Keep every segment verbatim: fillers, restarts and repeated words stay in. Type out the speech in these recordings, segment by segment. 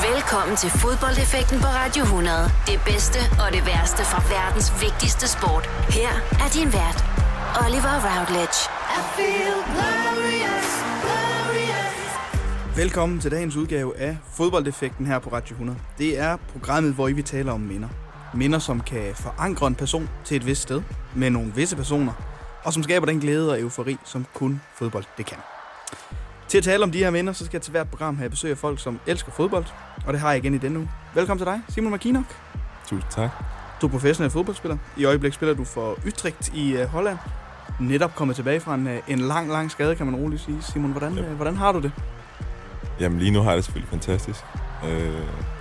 Velkommen til Fodboldeffekten på Radio hundrede. Det bedste og det værste fra verdens vigtigste sport. Her er din vært, Oliver Routledge. I feel glorious, glorious. Velkommen til dagens udgave af Fodboldeffekten her på Radio hundrede. Det er programmet, hvor I vil tale om minder. Minder, som kan forankre en person til et vist sted med nogle visse personer, og som skaber den glæde og eufori, som kun fodbold det kan. Til at tale om de her minder, så skal jeg til hvert program have besøg af folk, som elsker fodbold, og det har jeg igen i denne uge. Velkommen til dig, Simon Makinok. Tusind tak. Du er professionel fodboldspiller. I øjeblik spiller du for Utrecht i uh, Holland. Netop kommet tilbage fra en, uh, en lang, lang skade, kan man roligt sige. Simon, hvordan, yep. uh, hvordan har du det? Jamen lige nu har jeg det selvfølgelig fantastisk. Øh,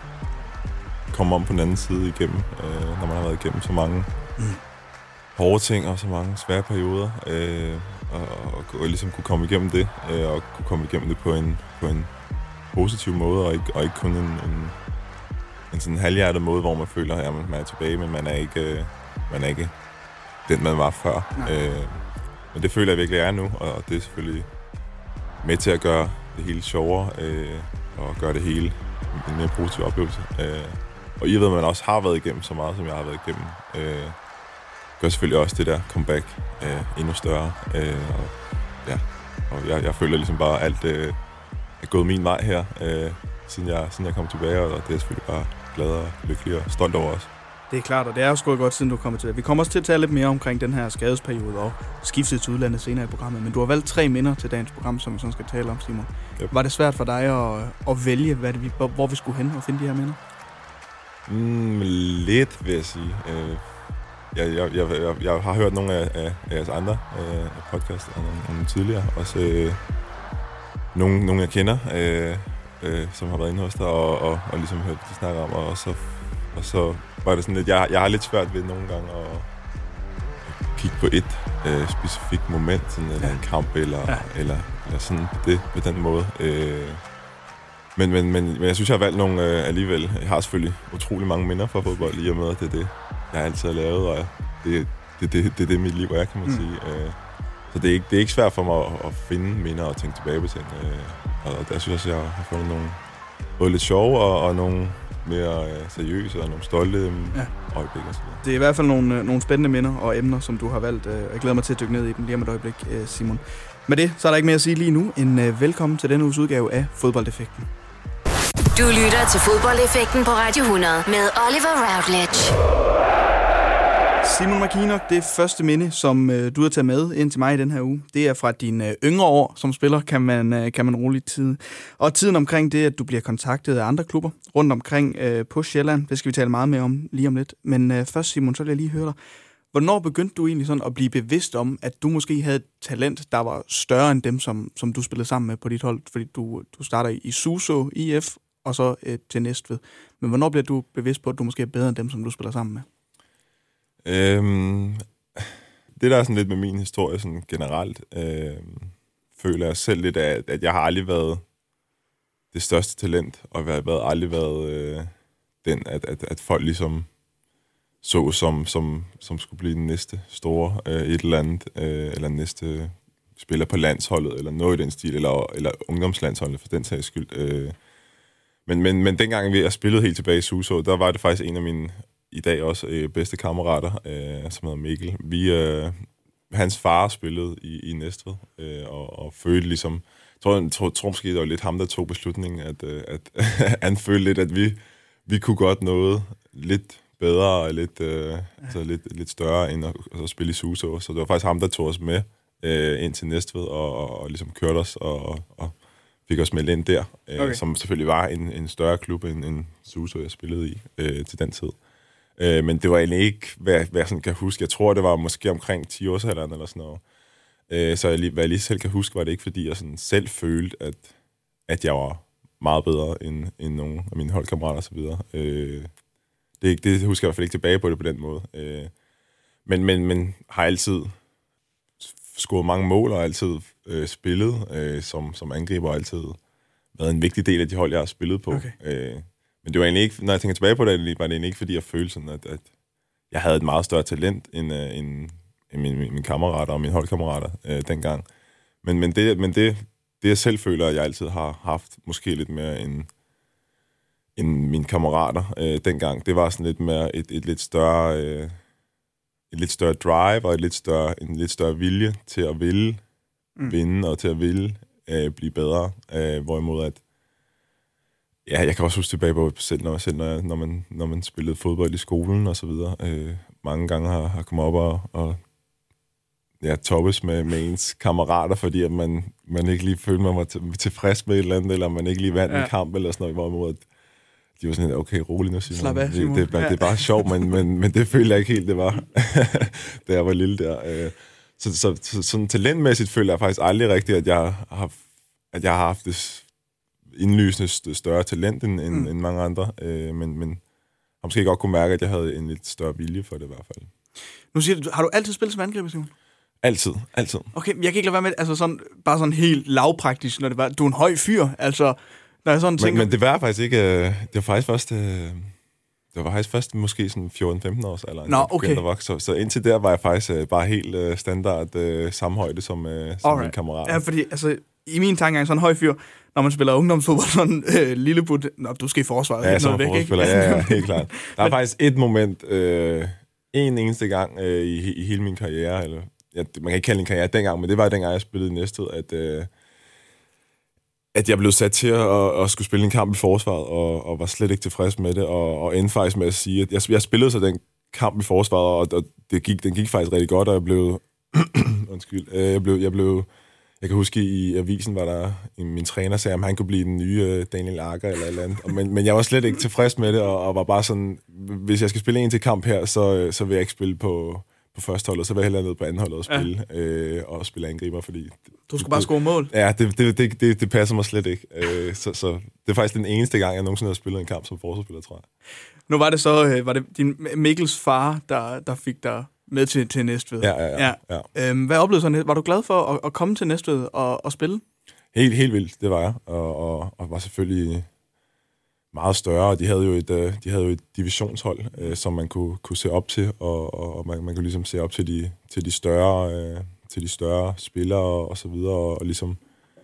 komme om på den anden side igennem, øh, når man har været igennem så mange mm. hårde ting og så mange svære perioder. Øh, og, og, og ligesom kunne komme igennem det, øh, og kunne komme igennem det på en, på en positiv måde, og ikke, og ikke kun en, en, en sådan halvhjertet måde, hvor man føler, at man er tilbage, men man er ikke, øh, man er ikke den, man var før. Øh, men det føler jeg virkelig, jeg er nu, og det er selvfølgelig med til at gøre det hele sjovere, øh, og gøre det hele en mere positiv oplevelse. Øh, og I ved, at man også har været igennem så meget, som jeg har været igennem. Øh, gør selvfølgelig også det der comeback øh, endnu større. Øh, og ja, og jeg, jeg føler ligesom bare, at alt øh, er gået min vej her, øh, siden, jeg, siden jeg kom tilbage, og det er jeg selvfølgelig bare glad og lykkelig og stolt over os. Det er klart, og det er også gået godt, siden du kommer tilbage. Vi kommer også til at tale lidt mere omkring den her skadesperiode og skiftet til udlandet senere i programmet, men du har valgt tre minder til dagens program, som vi sådan skal tale om, Simon. Yep. Var det svært for dig at, at vælge, hvad det, hvor vi skulle hen og finde de her minder? Mm, lidt, vil jeg sige. Øh, Jeg, jeg, jeg, jeg, jeg har hørt nogle af, af, af jeres andre øh, podcasts, og nogle, nogle tidligere. Også øh, nogle, nogle, jeg kender, øh, øh, som har været inde hos dig, og, og, og ligesom hørt, de snakker om. Og så, og så var det sådan lidt, jeg, jeg har lidt svært ved nogle gange at, at kigge på et øh, specifikt moment, sådan, eller en kamp, eller, ja. eller, eller sådan det, på den måde. Øh, men, men, men, men jeg synes, jeg har valgt nogle øh, alligevel. Jeg har selvfølgelig utrolig mange minder fra fodbold, i og med, at det er det, jeg altid har lavet, og det, det, det, det er det, mit liv er, kan man mm. sige. Så det er, ikke, det er ikke svært for mig at, at finde minder og tænke tilbage på ting. Og der synes jeg, at jeg har fundet nogle både lidt sjove og, og nogle mere seriøse og nogle stolte ja. øjeblikke. Det er i hvert fald nogle, nogle spændende minder og emner, som du har valgt. Jeg glæder mig til at dykke ned i dem lige om et øjeblik, Simon. Med det, så er der ikke mere at sige lige nu end velkommen til denne uges udgave af Fodboldeffekten. Du lytter til Fodboldeffekten på Radio hundrede med Oliver Routledge. Simon Makinok, det første minde, som øh, du har taget med ind til mig i den her uge, det er fra dine øh, yngre år som spiller, kan man, øh, kan man roligt tid. Og tiden omkring det, at du bliver kontaktet af andre klubber rundt omkring øh, på Sjælland, det skal vi tale meget mere om lige om lidt. Men øh, først, Simon, så vil jeg lige høre dig. Hvornår begyndte du egentlig sådan at blive bevidst om, at du måske havde et talent, der var større end dem, som, som du spillede sammen med på dit hold? Fordi du, du starter i Suså I F, og så øh, til Næstved. Men hvornår bliver du bevidst på, at du måske er bedre end dem, som du spiller sammen med? Øhm, det der er sådan lidt med min historie sådan generelt, øhm, føler jeg selv lidt af, at jeg har aldrig været det største talent, og jeg har været, aldrig været øh, den, at, at, at folk ligesom så som, som, som skulle blive den næste store øh, et eller andet, øh, eller næste spiller på landsholdet, eller noget i den stil, eller, eller ungdomslandsholdet for den sags skyld. Øh. Men, men, men dengang vi spillede helt tilbage i Suså, der var det faktisk en af mine i dag også øh, bedste kammerater, øh, som hedder Mikkel. Vi, øh, hans far spillede i, i Næstved, øh, og, og følte ligesom, jeg tror, jeg tror, tror måske, det var lidt ham, der tog beslutningen, at, øh, at han følte lidt, at vi, vi kunne godt noget lidt bedre og lidt, øh, altså lidt, lidt større end at, altså at spille i Suså. Så det var faktisk ham, der tog os med øh, ind til Næstved, og, og, og ligesom kørte os, og, og, og fik os meldt ind der, øh, okay. som selvfølgelig var en, en større klub end, end Suså, jeg spillede i øh, til den tid. Øh, men det var egentlig ikke, hvad, hvad jeg sådan kan huske. Jeg tror, det var måske omkring ti årsalderen eller sådan noget. Øh, så jeg, hvad jeg lige selv kan huske, var det ikke, fordi jeg sådan selv følte, at, at jeg var meget bedre end, end nogle af mine holdkammerater og så videre. Øh, det, det husker jeg i hvert fald ikke tilbage på det på den måde. Øh, men, men, men har altid scoret mange mål og altid øh, spillet øh, som, som angriber, og altid været en vigtig del af de hold, jeg har spillet på. Okay. Øh, Men det var egentlig ikke, når jeg tænker tilbage på det, var det egentlig ikke, fordi jeg følte sådan, at, at jeg havde et meget større talent end, uh, end, end mine, mine kammerater og mine holdkammerater uh, dengang. Men, men, det, men det, det, jeg selv føler, at jeg altid har haft måske lidt mere en, end mine kammerater øh, dengang. Det var sådan lidt mere et, et lidt større øh, et lidt større drive og et lidt større, en lidt større vilje til at ville mm. vinde og til at ville øh, blive bedre. Øh, hvorimod at ja, jeg kan også huske tilbage på selv, når, selv når, jeg, når, man, når man spillede fodbold i skolen og så videre. Øh, mange gange har, har kommet op og, og ja, toppes med, med ens kammerater, fordi at man, man ikke lige følte, man var til, tilfreds med et eller andet, eller man ikke lige vandt ja. en kamp eller sådan noget, hvorimod at de var sådan, okay, rolig nu, Simon. Slap af, Simon. Det, det, det, det er bare sjovt, men, men, men det følte jeg ikke helt, det var, da jeg var lille der. Så, så, så sådan talentmæssigt føler jeg faktisk aldrig rigtigt, at jeg har, at jeg har haft det indlysende større talent end, mm. end mange andre, men, men har måske godt kunne mærke, at jeg havde en lidt større vilje for det i hvert fald. Nu siger du, har du altid spillet som angriber, Simon? Altid, altid. Okay, jeg kan ikke lade være med, altså sådan, bare sådan helt lavpraktisk, når det var, du er en høj fyr, altså, når jeg sådan tænker... Men, men det var faktisk ikke, det var faktisk først, det var faktisk først måske sådan fjorten femten års alder. Nå, okay. Så, så indtil der var jeg faktisk bare helt standard uh, samme højde som, uh, som min kammerat. Ja, fordi altså, i min tankegang, sådan en høj fyr, når man spiller ungdomsfodbold, sådan øh, lille put, nå, du skal i forsvaret. Ja, som forspiller, ja, ja, helt klart. Der er men, faktisk et moment, øh, en eneste gang øh, i, i hele min karriere, eller ja, man kan ikke kalde en karriere dengang, men det var dengang, jeg spillede i Næstved, at, øh, at jeg blev sat til at, at skulle spille en kamp i forsvaret, og, og var slet ikke tilfreds med det, og, og endte faktisk med at sige, at jeg, jeg spillede så den kamp i forsvaret, og, og det gik, den gik faktisk rigtig godt, og jeg blev... undskyld, øh, jeg blev... Jeg blev Jeg kan huske, i avisen var der min træner sagde, at han kunne blive den nye Daniel Agger eller et eller andet. Men, men jeg var slet ikke tilfreds med det, og, og var bare sådan, hvis jeg skal spille en til kamp her, så, så vil jeg ikke spille på, på første hold, og så vil jeg hellere ned på anden hold og spille, ja. øh, og spille angriber, fordi... Du skal bare score mål. Ja, det, det, det, det, det passer mig slet ikke. Øh, så, så det er faktisk den eneste gang, jeg nogensinde har spillet en kamp som forsvarsspiller, tror jeg. Nu var det så, var det din Mikkels far, der, der fik dig med til, til Næstved. Ja, ja, ja. ja. ja. Øhm, hvad oplevede så? Var du glad for at, at komme til Næstved og, og spille? Helt, helt vildt, det var jeg. Og, og, og var selvfølgelig meget større. Og de havde jo et, de havde jo et divisionshold, øh, som man kunne, kunne se op til. Og, og man, man kunne ligesom se op til de, til de, større, øh, til de større spillere og, og så videre. Og, og ligesom...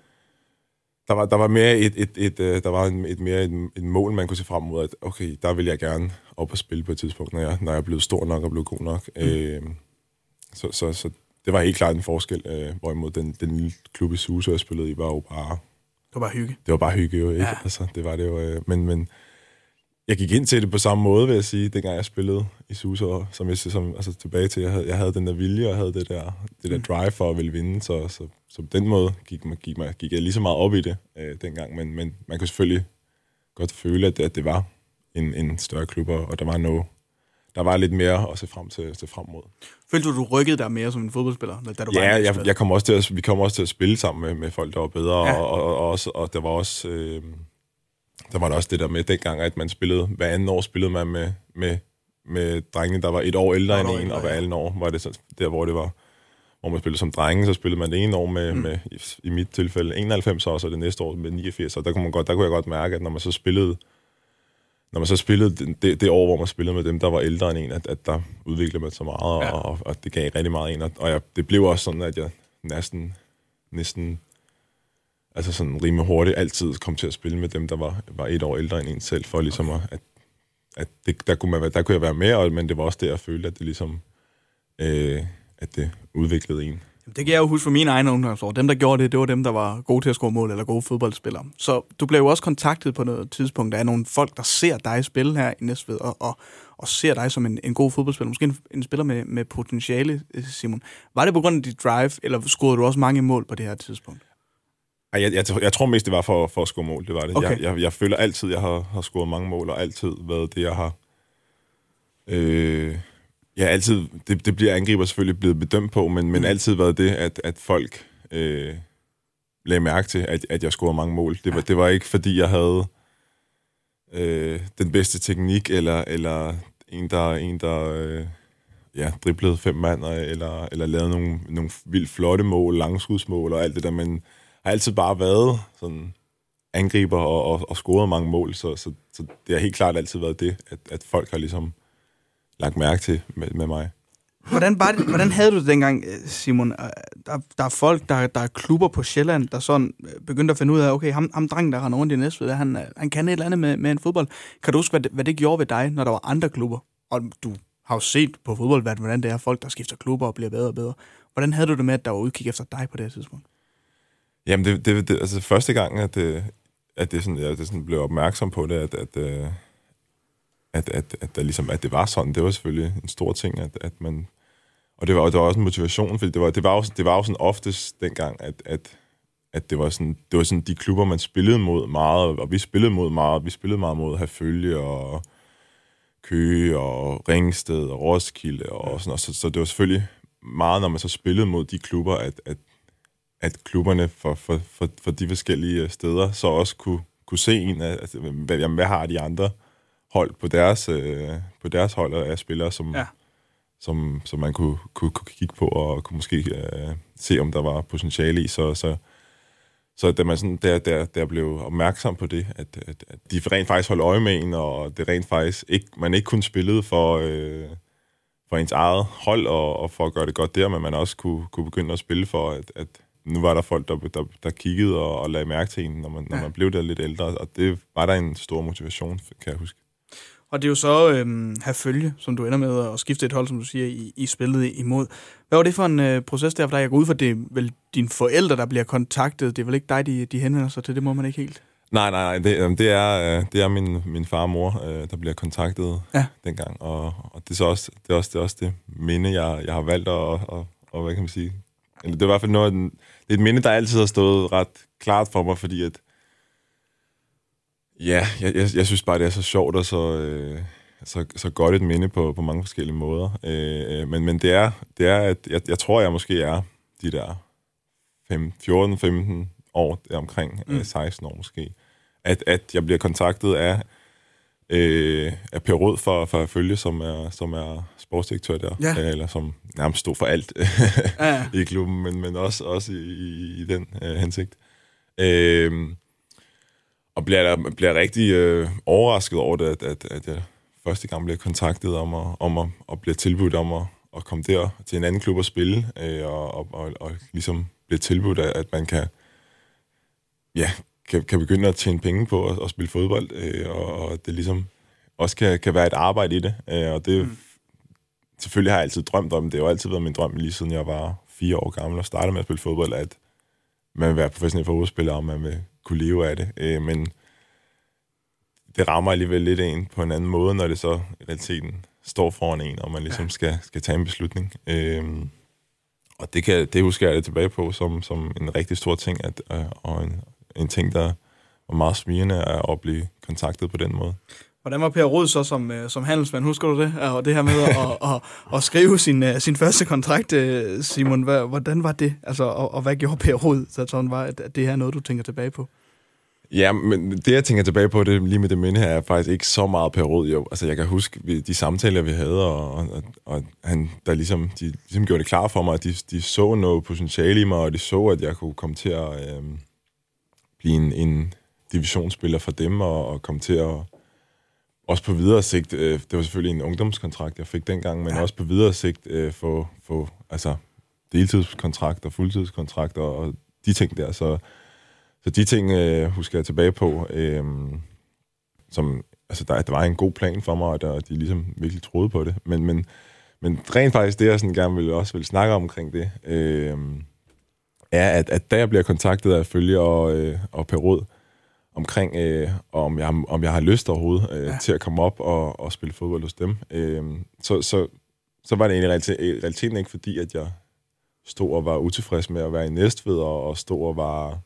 Der var, der var mere et, et, et, et, der var en, et, mere et, et mål, man kunne se frem mod, at okay, der vil jeg gerne op og spille på et tidspunkt, når jeg, når jeg er blevet stor nok og blevet god nok. Mm. Øh, så, så, så det var helt klart en forskel, øh, hvorimod den, den lille klub i Suse, jeg spillede i, var jo bare... Det var bare hygge. Det var bare hygge, jo, ikke? Ja. Altså, det var det jo. Øh, men, men jeg gik ind til det på samme måde, vil jeg sige, dengang jeg spillede i Suse, som jeg som, altså tilbage til, jeg havde, jeg havde den der vilje, og havde det der, det der drive for at ville vinde, så, så, så på den måde gik, gik, mig, gik jeg lige så meget op i det øh, dengang, men, men man kunne selvfølgelig godt føle, at det, at det var en, en større klub, og der var noget, der var lidt mere at se frem til, til frem mod. Følte du, du rykkede dig mere som en fodboldspiller? Da du ja, var jeg, jeg kom også til at, vi kom også til at spille sammen med, med folk, der var bedre, ja. og, og, og, også, og der var også... Øh, Der var der også det der med dengang, at man spillede, hver anden år spillede man med, med, med drengene, der var et år ældre end en, og hver anden år var det så, der, hvor det var, hvor man spillede som drenge, så spillede man det ene år med, mm. med i, i mit tilfælde, enoghalvfems år, så det næste år med niogfirs, og der kunne, man godt, der kunne jeg godt mærke, at når man så spillede, når man så spillede det, det år, hvor man spillede med dem, der var ældre end en, at, at der udviklede man så meget, ja. og, og, og det gav rigtig meget en, og, og jeg, det blev også sådan, at jeg næsten, næsten altså sådan rimelig hurtigt altid kom til at spille med dem, der var, var et år ældre end en selv, for ligesom okay. at, at det, der, kunne man, der kunne jeg være med, men det var også det, jeg følte, at det ligesom, øh, at det udviklede en. Det kan jeg jo huske fra mine egne ungdomsår. Dem, der gjorde det, det var dem, der var gode til at score mål, eller gode fodboldspillere. Så du blev jo også kontaktet på noget tidspunkt af nogle folk, der ser dig spille her i Næstved, og, og, og ser dig som en, en god fodboldspiller. Måske en, en spiller med, med potentiale, Simon. Var det på grund af dit drive, eller scorede du også mange mål på det her tidspunkt? Jeg, jeg, jeg tror mest, det var for, for at score mål, det var det. Okay. Jeg, jeg, jeg føler altid, jeg har, har scoret mange mål, og altid været det, jeg har... Øh, ja, altid... Det, det bliver angriber selvfølgelig blevet bedømt på, men, men altid været det, at, at folk øh, lagde mærke til, at, at jeg scorede mange mål. Det var, det var ikke, fordi jeg havde øh, den bedste teknik, eller, eller en, der, en, der øh, ja, driblede fem mand, eller, eller lavede nogle, nogle vildt flotte mål, langskudsmål og alt det der, men... har altid bare været sådan angriber og, og, og scoret mange mål, så, så, så det har helt klart altid været det, at, at folk har ligesom lagt mærke til med, med mig. Hvordan, bare det, hvordan havde du det dengang, Simon? Der, der er folk, der, der er klubber på Sjælland, der sådan begyndte at finde ud af, okay, ham, ham drengen, der render rundt i Næstved, han, han kan et eller andet med, med en fodbold. Kan du huske, hvad det, hvad det gjorde ved dig, når der var andre klubber? Og du har jo set på fodboldverdenen, hvordan det er folk, der skifter klubber og bliver bedre og bedre. Hvordan havde du det med, at der var udkig efter dig på det tidspunkt? Jamen, det, det, det altså første gang, at det, at det, sådan, at det sådan blev opmærksom på det, at, at, at, at, at, der ligesom, at det var sådan, det var selvfølgelig en stor ting, at, at man... Og det var, det var også en motivation, fordi det var, det var, jo, det var jo sådan oftest dengang, at, at, at det var sådan, det var sådan de klubber, man spillede mod meget, og vi spillede mod meget, vi spillede meget mod Herfølge og Køge og Ringsted og Roskilde og sådan noget. Så, så det var selvfølgelig meget, når man så spillede mod de klubber, at, at, at klubberne for, for, for, for de forskellige steder så også kunne, kunne se en af, altså, hvad, jamen, hvad har de andre hold på deres, øh, på deres hold af spillere, som... Ja. Som, som man kunne, kunne, kunne kigge på og kunne måske øh, se, om der var potentiale i. Så, så, så da man sådan, der, der, der blev opmærksom på det, at, at, at de rent faktisk holdt øje med en, og det rent faktisk ikke, man ikke kun spillede for, øh, for ens eget hold og, og for at gøre det godt der, men man også kunne, kunne begynde at spille for, at, at nu var der folk, der, der, der kiggede og, og lagde mærke til en, når man, når man blev der lidt ældre, og det var der en stor motivation, kan jeg huske. Og det er jo så øhm, Herfølge, som du ender med at skifte et hold, som du siger, I, I spillede imod. Hvad var det for en øh, proces der for dig? Jeg går ud for, det er vel dine forældre, der bliver kontaktet. Det er vel ikke dig, de, de henvender sig til? Det må man ikke helt. Nej, nej, nej. Det, det er, det er min, min far og mor, øh, der bliver kontaktet ja. dengang. Og, og det, er så også, det, er også, det er også det minde, jeg, jeg har valgt at, og, og, hvad kan man sige? Eller det er i hvert fald noget, det er et minde, der altid har stået ret klart for mig, fordi at ja, jeg, jeg, jeg synes bare, det er så sjovt og så, øh, så, så godt et minde på, på mange forskellige måder. Øh, men men det, er, det er, at jeg, jeg tror, jeg måske er de der fjorten femten år, omkring mm. seksten år måske, at, at jeg bliver kontaktet af, øh, af Per Rød fra, fra Følge, som er, som er sportsdirektør der, ja. eller som nærmest stod for alt ja, ja. i klubben, men, men også, også i, i, i den øh, hensigt. Øh, Og bliver, bliver rigtig øh, overrasket over det, at, at, at jeg første gang bliver kontaktet om at, om at, at blive tilbudt om at, at komme der til en anden klub og spille, øh, og, og, og, og ligesom bliver tilbudt, at man kan, ja, kan, kan begynde at tjene penge på at, at spille fodbold, øh, og, og det ligesom også kan, kan være et arbejde i det. Øh, og det mm. selvfølgelig har jeg altid drømt om, det har jo altid været min drøm, lige siden jeg var fire år gammel og startede med at spille fodbold, at man vil være professionel fodboldspiller, og man vil kunne leve af det, øh, men det rammer alligevel lidt en på en anden måde, når det så i realiteten står foran en, og man ligesom ja. skal, skal tage en beslutning. Øh, og det, kan, det husker jeg det tilbage på som, som en rigtig stor ting, at, øh, og en, en ting, der var meget smigende at blive kontaktet på den måde. Hvordan var Per Rød så som, som handelsmand? Husker du det? Og det her med at, at, at skrive sin, sin første kontrakt, Simon, hvordan var det? Altså, og, og hvad gjorde Per Rød, så sådan var, at det her er noget, du tænker tilbage på? Ja, men det, jeg tænker tilbage på, det lige med det minde her, er faktisk ikke så meget Per Rød, jo. Altså, jeg kan huske de samtaler, vi havde, og, og, og han, der ligesom, de ligesom gjorde det klar for mig, at de, de så noget potentiale i mig, og de så, at jeg kunne komme til at øh, blive en, en divisionsspiller for dem, og, og komme til at også på videre sigt, øh, det var selvfølgelig en ungdomskontrakt, jeg fik dengang, men ja. også på videre sigt øh, få, få altså, deltidskontrakt og fuldtidskontrakt og, og de ting der. Så, så de ting øh, husker jeg tilbage på, øh, som, altså, der, der var en god plan for mig, og der, de ligesom virkelig troede på det. Men, men, men rent faktisk det, jeg sådan gerne vil, også vil snakke omkring det, øh, er, at, at da jeg bliver kontaktet af Følge og, øh, og Per Rød, omkring, øh, om, jeg, om jeg har lyst overhovedet øh, ja. til at komme op og, og spille fodbold hos dem. Øh, så, så, så var det egentlig i realiteten ikke, fordi at jeg stod og var utilfreds med at være i Næstved, og, og stod og var,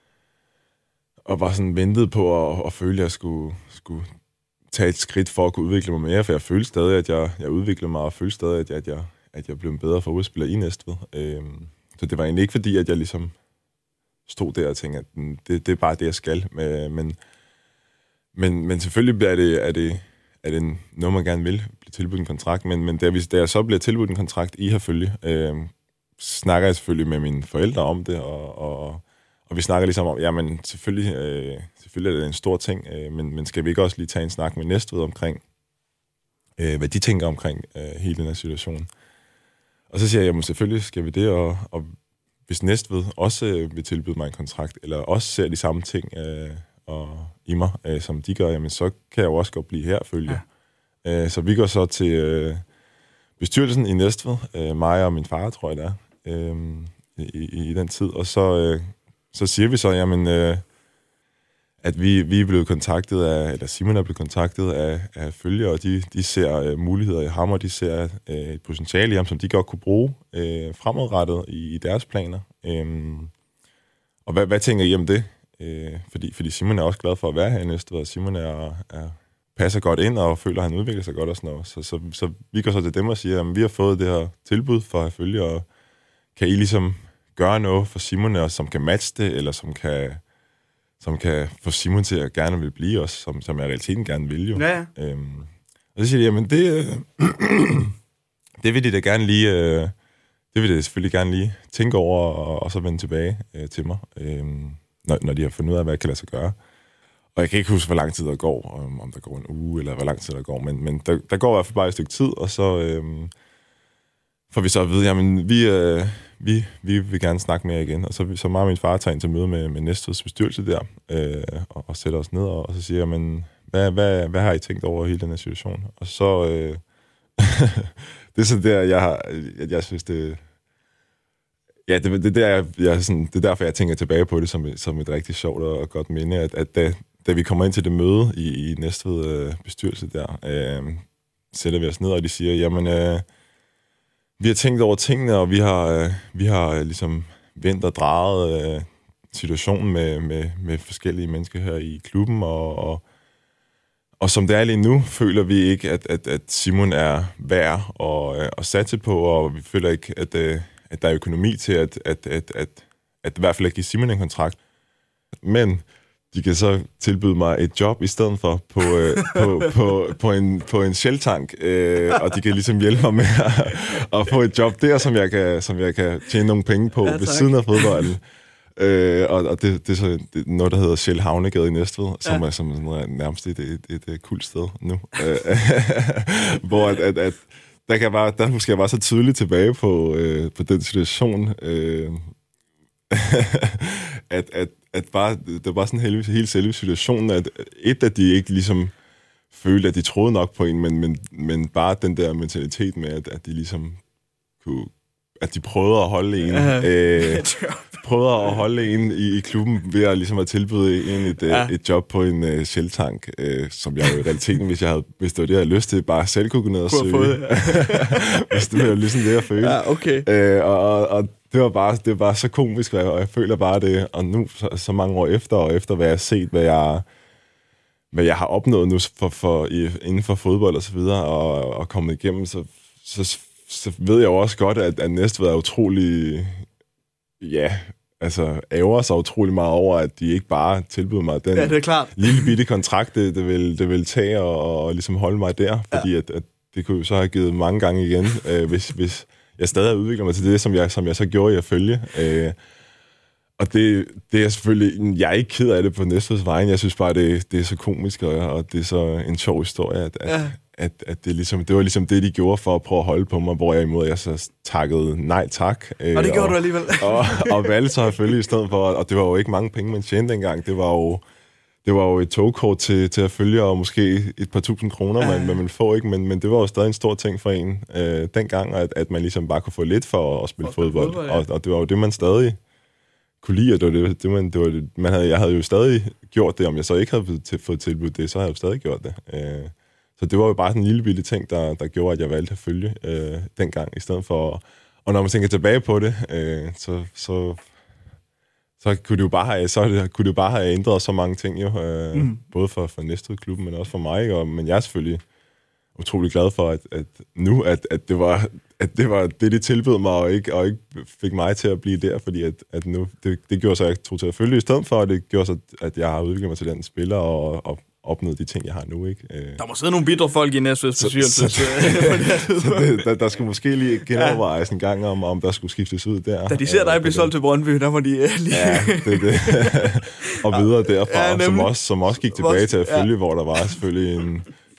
og var sådan ventet på at, at føle, at jeg skulle, skulle tage et skridt for at kunne udvikle mig mere, for jeg følte stadig, at jeg, jeg udviklede mig, og følte stadig, at jeg, at jeg, at jeg blev en bedre fodboldspiller i Næstved. Øh, så det var egentlig ikke, fordi at jeg ligesom stod der og tænkte, at det, det er bare det, jeg skal. Men, men, men selvfølgelig er det, er, det, er det noget, man gerne vil blive tilbudt en kontrakt. Men, men da, vi, da jeg så bliver tilbudt en kontrakt i Herfølge, øh, snakker jeg selvfølgelig med mine forældre om det, og, og, og vi snakker ligesom om, jamen selvfølgelig, øh, selvfølgelig er det en stor ting, øh, men, men skal vi ikke også lige tage en snak med Næstved omkring, øh, hvad de tænker omkring øh, hele den her situation. Og så siger jeg, jamen selvfølgelig skal vi det, og, og hvis Næstved også øh, vil tilbyde mig en kontrakt, eller også ser de samme ting øh, og, i mig, øh, som de gør, jamen så kan jeg jo også godt blive her, følge. Ja. Øh, så vi går så til øh, bestyrelsen i Næstved, øh, mig og min far, tror jeg det er, øh, i, i den tid, og så, øh, så siger vi så, jamen, øh, at vi, vi er blevet kontaktet af, eller Simon er blevet kontaktet af, af følgere, og de, de ser øh, muligheder i ham, og de ser øh, et potentiale i ham, som de godt kunne bruge øh, fremadrettet i, i deres planer. Øh, og hvad, hvad tænker I om det? Øh, fordi, fordi Simon er også glad for at være her i Næstved, og Simon er, er, passer godt ind, og føler, at han udvikler sig godt og sådan noget. Så, så, så vi går så til dem og siger, at vi har fået det her tilbud for at følge, og kan I ligesom gøre noget for Simon, som kan matche det, eller som kan... som kan få Simon til at gerne vil blive også, som, som jeg i realiteten gerne vil jo. Ja, ja. Øhm, og så siger de, jamen det, øh, det vil de da gerne lige, øh, det vil de selvfølgelig gerne lige tænke over, og, og så vende tilbage øh, til mig, øh, når, når de har fundet ud af, hvad jeg kan lade sig gøre. Og jeg kan ikke huske, hvor lang tid der går, om, om der går en uge, eller hvor lang tid der går, men, men der, der går i hvert fald bare et stykke tid, og så øh, får vi så at vide, jamen vi... Øh, Vi, vi vil gerne snakke med jer igen. Og så, så mig og min far tager ind til møde med, med Næstveds bestyrelse der, øh, og, og sætter os ned, og, og så siger jeg, men hvad, hvad, hvad har I tænkt over hele den her situation? Og så, øh, det er så der, jeg har, jeg, jeg synes, det, ja, det, det, der, jeg, jeg, sådan, det er derfor, jeg tænker tilbage på det som, som et rigtig sjovt og godt minde, at, at da, da vi kommer ind til det møde i, i Næstved øh, bestyrelse der, øh, sætter vi os ned, og de siger, jamen, øh, vi har tænkt over tingene, og vi har, øh, vi har øh, ligesom vendt og drejet øh, situationen med, med, med forskellige mennesker her i klubben, og, og, og som det er lige nu, føler vi ikke, at, at, at Simon er værd at, at satse på, og vi føler ikke, at, at der er økonomi til at, at, at, at, at i hvert fald at give Simon en kontrakt. Men de kan så tilbyde mig et job i stedet for på, øh, på, på, på en, på en Shell-tank, øh, og de kan ligesom hjælpe mig med at, at få et job der, som jeg kan, som jeg kan tjene nogle penge på ja, ved siden af fodbolden. Øh, og og det, det er så det er noget, der hedder Shell Havnegade i Næstved, som ja. er som sådan, nærmest et, et, et, et kult sted nu. Hvor at, at, at der, kan bare, der husker jeg bare så tydeligt tilbage på, øh, på den situation, øh, at, at at bare, det var sådan en helt, helt selve situationen, at et, at de ikke ligesom følte, at de troede nok på en, men, men, men bare den der mentalitet med, at, at de ligesom kunne, at de prøvede at holde en, uh, øh, prøvede at holde en i, i klubben ved at ligesom at tilbyde en et, uh. et job på en uh, Shell-tank, uh, som jeg jo i realiteten, hvis jeg havde, hvis det var det, jeg havde lyst til, bare selv kunne gå ned og søge. Fået, ja. Hvis det var ligesom det, jeg følte. Ja, okay. Uh, og, og, og det var bare, det var bare så komisk, og jeg føler bare det, og nu så, så mange år efter, og efter hvad jeg har set, hvad jeg, hvad jeg har opnået nu for, for, inden for fodbold og så videre, og, og kommet igennem, så, så, så ved jeg jo også godt, at, at Næstved er utrolig, ja, altså ærger sig utrolig meget over, at de ikke bare tilbyder mig den ja, det er klart. lille bitte kontrakt, det, det, vil, det vil tage og, og ligesom holde mig der, fordi ja. at, at det kunne jo så have givet mange gange igen, øh, hvis, hvis jeg stadig udvikler mig til det, som jeg, som jeg så gjorde i at følge. Øh, og det, det er selvfølgelig... Jeg er ikke ked af det på Næstveds vejen. Jeg synes bare, det, det er så komisk, og, og det er så en sjov historie, at, ja. at, at, at det, ligesom, det var ligesom det, de gjorde for at prøve at holde på mig, hvor jeg imod, jeg så takkede nej tak. Øh, og det gjorde og, du alligevel. og, og valgte så selvfølgelig i stedet for, og det var jo ikke mange penge, man tjente dengang. Det var jo... Det var jo et togkort til, til at følge, og måske et par tusind kroner, man, man ville få, ikke? Men, men det var jo stadig en stor ting for en øh, dengang, at, at man ligesom bare kunne få lidt for at spille for fodbold. fodbold ja. og, og det var jo det, man stadig kunne lide, og det var det, det, man, det, var det man havde, jeg havde jo stadig gjort det, om jeg så ikke havde til, fået tilbudt det, så havde jeg jo stadig gjort det. Øh, så det var jo bare sådan en lille bitte ting, der, der gjorde, at jeg valgte at følge øh, dengang, i stedet for... Og når man tænker tilbage på det, øh, så... så så kunne det jo bare have, så kunne det jo bare have ændret så mange ting jo, øh, mm. både for, for Næstved-klubben, men også for mig, ikke? Og, men jeg er selvfølgelig utrolig glad for, at, at nu, at, at, det var, at det var det, de tilbød mig, og ikke, og ikke fik mig til at blive der, fordi at, at nu, det, det gjorde så, at jeg tog til at følge i stedet for, og det gjorde så, at jeg har udviklet mig til den spiller, og, og opnået de ting, jeg har nu, ikke? Der må sidde nogle bitre folk i Næstveds bestyrelse. Så, så, så det, der, der skulle måske lige genovervejes en gang, om, om der skulle skiftes ud der. Da de ser dig blive solgt til Brøndby, der må de lige... Ja, det det. Og videre derfra, ja, som, også, som også gik tilbage til at følge, ja. Hvor der var selvfølgelig en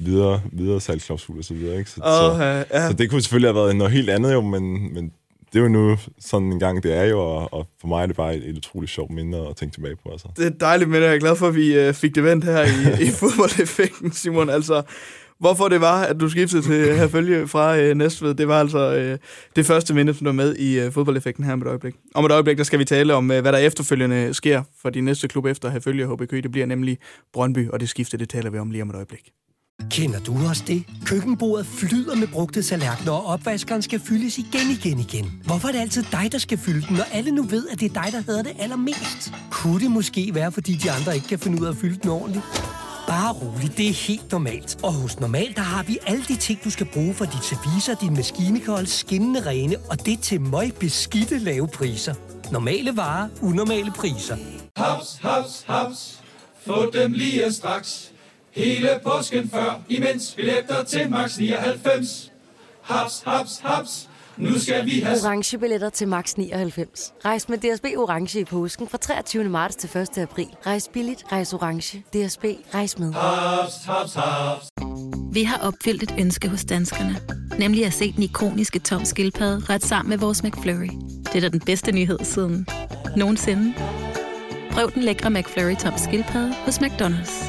videre, videre salgsklausul og så videre, ikke? Så, oh, så, ja. så det kunne selvfølgelig have været noget helt andet jo, men, men det er jo nu sådan en gang, det er jo, og, og for mig er det bare et, et utroligt sjovt minde at tænke tilbage på. Altså. Det er dejligt, men jeg er glad for, at vi uh, fik det vendt her i, i fodboldeffekten, Simon. Altså, hvorfor det var, at du skiftede til Herfølge fra uh, Næstved, det var altså uh, det første minde, som du er med i uh, fodboldeffekten her om et øjeblik. Om et øjeblik, der skal vi tale om, uh, hvad der efterfølgende sker for de næste klub efter Herfølge og H B Køge. Det bliver nemlig Brøndby, og det skifte, det taler vi om lige om et øjeblik. Kender du også det? Køkkenbordet flyder med brugte tallerkener, og opvaskeren skal fyldes igen, igen, igen. Hvorfor er det altid dig, der skal fylde den, når alle nu ved, at det er dig, der hader det allermest? Kunne det måske være, fordi de andre ikke kan finde ud af at fylde den ordentligt? Bare roligt, det er helt normalt. Og hos Normal, der har vi alle de ting, du skal bruge for dit service, din maskinikold, skinnende rene, og det til møg beskidte lave priser. Normale varer, unormale priser. Haps, haps, haps. Få dem lige straks. Hele påsken før, imens billetter til max nioghalvfems. Haps, haps, haps. Nu skal vi have orange billetter til max nioghalvfems. Rejs med D S B orange i påsken fra treogtyvende marts til første april. Rejs billigt, rejs orange. D S B, rejs med. haps, haps, haps. Vi har opfyldt et ønske hos danskerne, nemlig at se den ikoniske Tom Skildpadde ret sammen med vores McFlurry. Det er da den bedste nyhed siden nogensinde. Prøv den lækre McFlurry Tom Skildpadde hos McDonald's.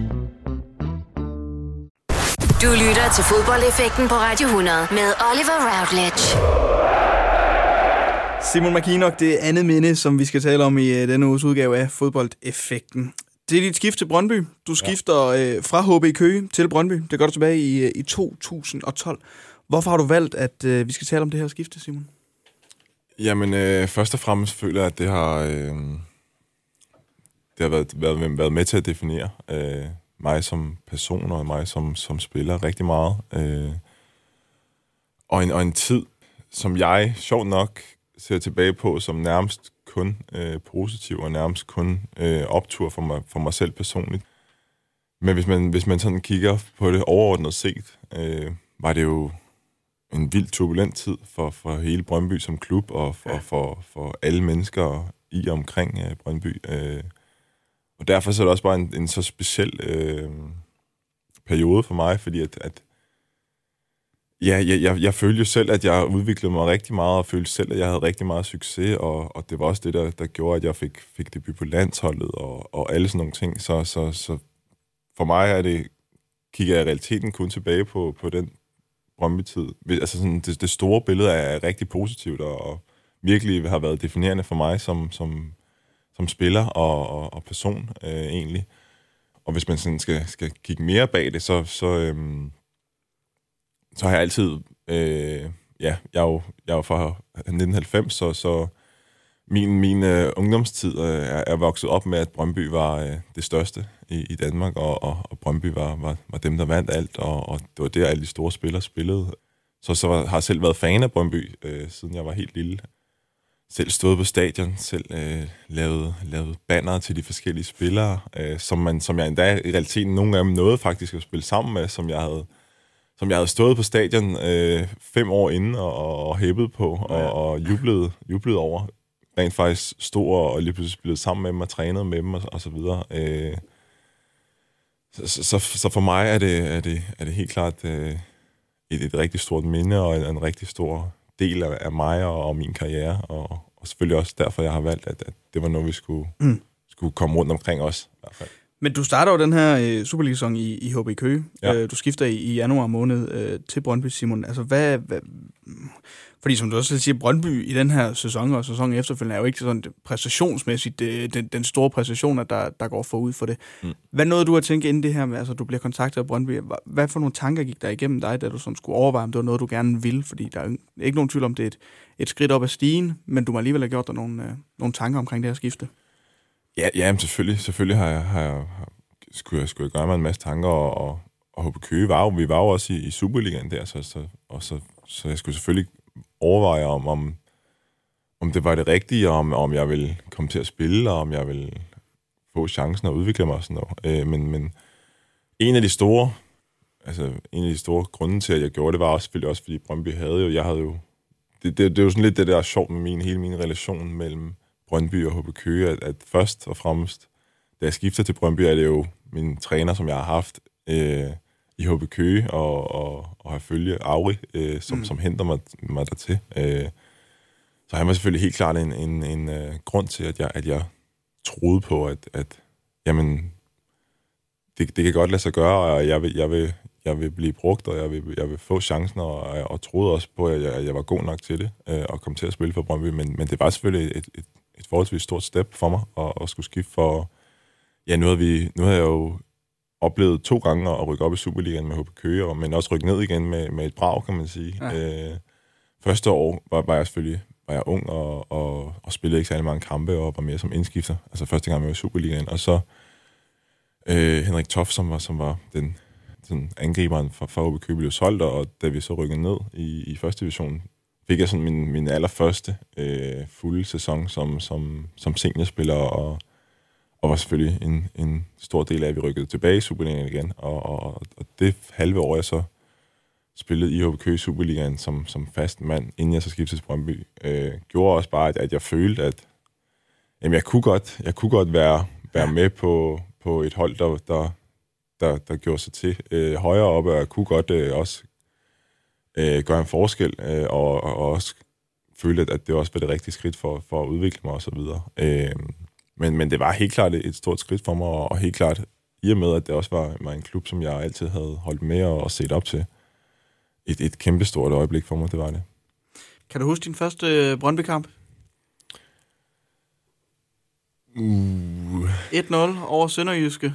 Du lytter til fodboldeffekten på Radio hundrede med Oliver Routledge. Simon McKinnock, det er andet minde, som vi skal tale om i uh, denne uges udgave af fodboldeffekten. Det er dit skift til Brøndby. Du skifter ja. uh, fra H B Køge til Brøndby. Det gør du tilbage i, uh, i to tusind og tolv. Hvorfor har du valgt, at uh, vi skal tale om det her skifte, Simon? Jamen, øh, først og fremmest føler jeg, at det har, øh, det har været, været, været med til at definere øh, mig som person og mig som, som spiller rigtig meget. Øh, og, en, og en tid, som jeg, sjovt nok, ser tilbage på som nærmest kun øh, positiv og nærmest kun øh, optur for mig, for mig selv personligt. Men hvis man, hvis man sådan kigger på det overordnet set, øh, var det jo en vildt turbulent tid for, for hele Brøndby som klub og for, ja. for, for alle mennesker i og omkring øh, Brøndby. Øh, og derfor så er det også bare en, en så speciel øh, periode for mig, fordi at, at ja, jeg, jeg, jeg følte jo selv, at jeg udviklede mig rigtig meget, og følte selv, at jeg havde rigtig meget succes, og, og det var også det, der, der gjorde, at jeg fik, fik debut på landsholdet og, og alle sådan nogle ting. Så, så, så for mig er det, kigger jeg i realiteten kun tilbage på, på den Brøndby-tid. Altså sådan, det, det store billede er rigtig positivt, og, og virkelig har været definerende for mig som, som, som spiller og, og, og person øh, egentlig. Og hvis man sådan skal, skal kigge mere bag det, så, så, øhm, så har jeg altid... Øh, ja, jeg er jo, jeg er jo fra nitten halvfems, så, så min, min øh, ungdomstid øh, er, er vokset op med, at Brøndby var øh, det største i, i Danmark, og, og, og Brøndby var, var, var dem, der vandt alt, og, og det var der, alle de store spillere spillede. Så, så var, har jeg selv været fan af Brøndby, øh, siden jeg var helt lille. Selv stået på stadion, selv øh, lavet, lavet banner til de forskellige spillere, øh, som, man, som jeg endda i realiteten nogle af dem nåede faktisk at spille sammen med, som jeg havde, som jeg havde stået på stadion øh, fem år inden og, og, og hæppet på, og, og jublet, jublet over. Rent faktisk stod og lige pludselig spillede sammen med dem og trænede med dem og, og så videre. Øh, så, så, så for mig er det, er det, er det helt klart øh, et, et rigtig stort minde og en, en rigtig stor del af, af mig og, og min karriere, og, og selvfølgelig også derfor, jeg har valgt, at, at det var noget, vi skulle, mm. skulle komme rundt omkring os. I hvert fald. Men du starter jo den her øh, Superliga-sæson i, i H B Køge. Ja. Øh, du skifter i, i januar måned øh, til Brøndby, Simon. Altså, hvad, hvad... Fordi som du også siger, Brøndby i den her sæson og sæsonen efterfølgende er jo ikke sådan præstationsmæssigt det, den, den store præstation, der, der går forud for det. Mm. Hvad nåede du at tænke inden det her med, altså du bliver kontaktet af Brøndby? Hvad for nogle tanker gik der igennem dig, da du sådan skulle overveje, om det var noget, du gerne ville? Fordi der er ikke nogen tvivl om, det er et, et skridt op ad stigen, men du må alligevel have gjort dig nogle, øh, nogle tanker omkring det her skifte. Ja, ja men selvfølgelig, selvfølgelig har jeg, har jeg, har, skulle, jeg, skulle jeg gøre mig en masse tanker, og, og, og H B Køge var jo, vi var jo også i, i Superligaen der, så, så, og så, så jeg skulle selvfølgelig overveje, om, om, om det var det rigtige, og om, om jeg ville komme til at spille, og om jeg ville få chancen at udvikle mig og sådan noget. Øh, men, men en af de store, altså en af de store grunde til, at jeg gjorde det, var også selvfølgelig også, fordi Brøndby havde jo, jeg havde jo, det, det, det er jo sådan lidt det der sjovt med min, hele min relation mellem Brøndby og H B Køge, at, at først og fremmest, da jeg skifter til Brøndby, er det jo min træner, som jeg har haft øh, i H B Køge og, og, og have følge Auri, øh, som, mm. som henter mig, mig dertil. Øh, så han var selvfølgelig helt klart en, en, en uh, grund til, at jeg, at jeg troede på, at, at jamen, det, det kan godt lade sig gøre, og jeg vil, jeg vil, jeg vil blive brugt, og jeg vil, jeg vil få chancen, og, og troede også på, at jeg, at jeg var god nok til det, øh, og kom til at spille for Brøndby. Men, men det var selvfølgelig et, et, et forholdsvis stort step for mig, at, at skulle skifte for... Ja, nu har, vi, nu har jeg jo oplevet to gange at rykke op i Superligaen med H B Køge, men også rykke ned igen med, med et brag, kan man sige. Ja. Øh, første år var, var jeg selvfølgelig var jeg ung og, og, og spillede ikke særlig mange kampe, og var mere som indskifter. Altså første gang jeg var i Superligaen. Og så øh, Henrik Toft, som var, som var den sådan angriberen fra, fra H B Køge, blev solgt, og da vi så rykkede ned i, i første division, fik jeg sådan min, min allerførste øh, fulde sæson som, som, som seniorspiller, og Og var selvfølgelig en, en stor del af, at vi rykkede tilbage i Superligaen igen. Og, og, og det halve år, jeg så spillede i H B Køge Superligaen som, som fast mand, inden jeg så skiftede til Brøndby, øh, gjorde også bare, at, at jeg følte, at jamen, jeg kunne godt, jeg kunne godt være, være med på, på et hold, der, der, der, der gjorde sig til øh, højere oppe, og jeg kunne godt øh, også øh, gøre en forskel, øh, og, og også følte, at, at det også var det rigtige skridt for, for at udvikle mig osv. Øh, Men, men det var helt klart et stort skridt for mig, og helt klart i og med, at det også var, var en klub, som jeg altid havde holdt med og, og set op til. Et, et kæmpestort øjeblik for mig, det var det. Kan du huske din første Brøndby-kamp? Uh. et nul over Sønderjyske.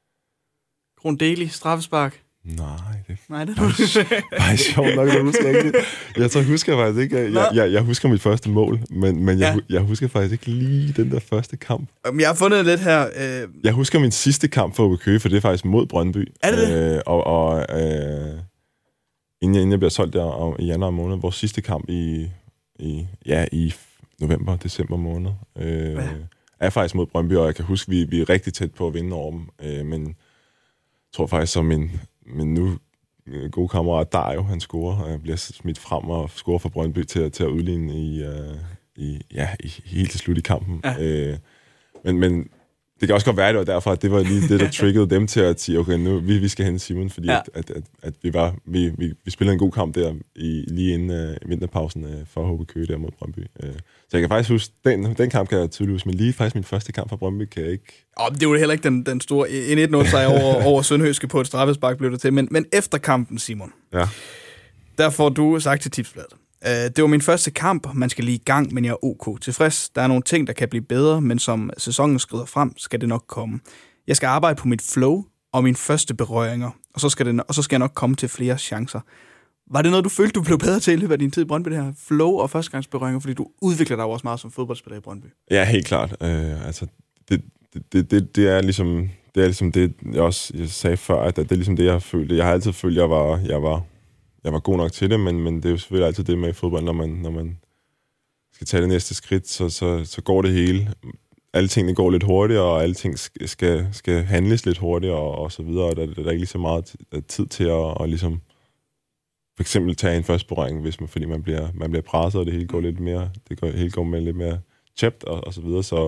Grundeli, straffespark. Nej, det, Nej, det er faktisk sjovt nok, jeg husker ikke det. Jeg så husker jeg faktisk ikke, jeg, jeg, jeg husker mit første mål, men, men jeg, ja. jeg husker faktisk ikke lige den der første kamp. Jeg har fundet lidt her. Øh... Jeg husker min sidste kamp for H B Køge, for det er faktisk mod Brøndby. Er det det? Øh, og og øh, inden, jeg, inden jeg bliver solgt der om, i januar måned, vores sidste kamp i, i, ja, i november, december måned, øh, ja. er faktisk mod Brøndby, og jeg kan huske, vi, vi er rigtig tæt på at vinde over dem, øh, men jeg tror faktisk, som min Men nu, gode kammerat Dario, han scorer, og bliver smidt frem og scorer for Brøndby til, til at udligne i, uh, i, ja, i, helt til slut i kampen. Ja. Uh, men, men det kan også godt være, det var derfor, at det var lige det, der triggede dem til at sige, okay, nu vi, vi skal hente Simon, fordi ja. at, at, at, at vi, var, vi, vi, vi spillede en god kamp der i, lige inden uh, vinterpausen uh, for H B Køge der mod Brøndby. Uh, så jeg kan faktisk huske, den, den kamp kan jeg tydeligt huske, men lige faktisk min første kamp for Brøndby kan jeg ikke... Oh, det var heller ikke den, den store en et nul sejr over, over Sønderjyske på et straffespark blev det til, men, men efter kampen, Simon, ja. der får du sagt til Tipsbladet. Uh, det var min første kamp, man skal lige i gang, men jeg er ok tilfreds. Der er nogle ting, der kan blive bedre, men som sæsonen skrider frem, skal det nok komme. Jeg skal arbejde på mit flow og mine første berøringer, og så skal, det, og så skal jeg nok komme til flere chancer. Var det noget, du følte, du blev bedre til i løbet af din tid i Brøndby, det her flow og førstegangsberøringer, fordi du udvikler dig jo også meget som fodboldspiller i Brøndby? Ja, helt klart. Uh, altså, det, det, det, det er ligesom det, er ligesom det jeg også jeg sagde før, at det er ligesom det, jeg har følt. Jeg har altid følt, at jeg var... Jeg var Jeg var god nok til det, men, men det er jo selvfølgelig altid det med i fodbold, når man, når man skal tage det næste skridt, så, så, så går det hele. Alle tingene går lidt hurtigere, og alle ting skal, skal handles lidt hurtigere, og, og så videre. Og der, der er ikke lige så meget tid til at og ligesom, for eksempel tage en første berøring, hvis man, fordi man bliver, man bliver presset, og det hele går lidt mere, det går, hele går med lidt mere tjept, og, og så videre. Så,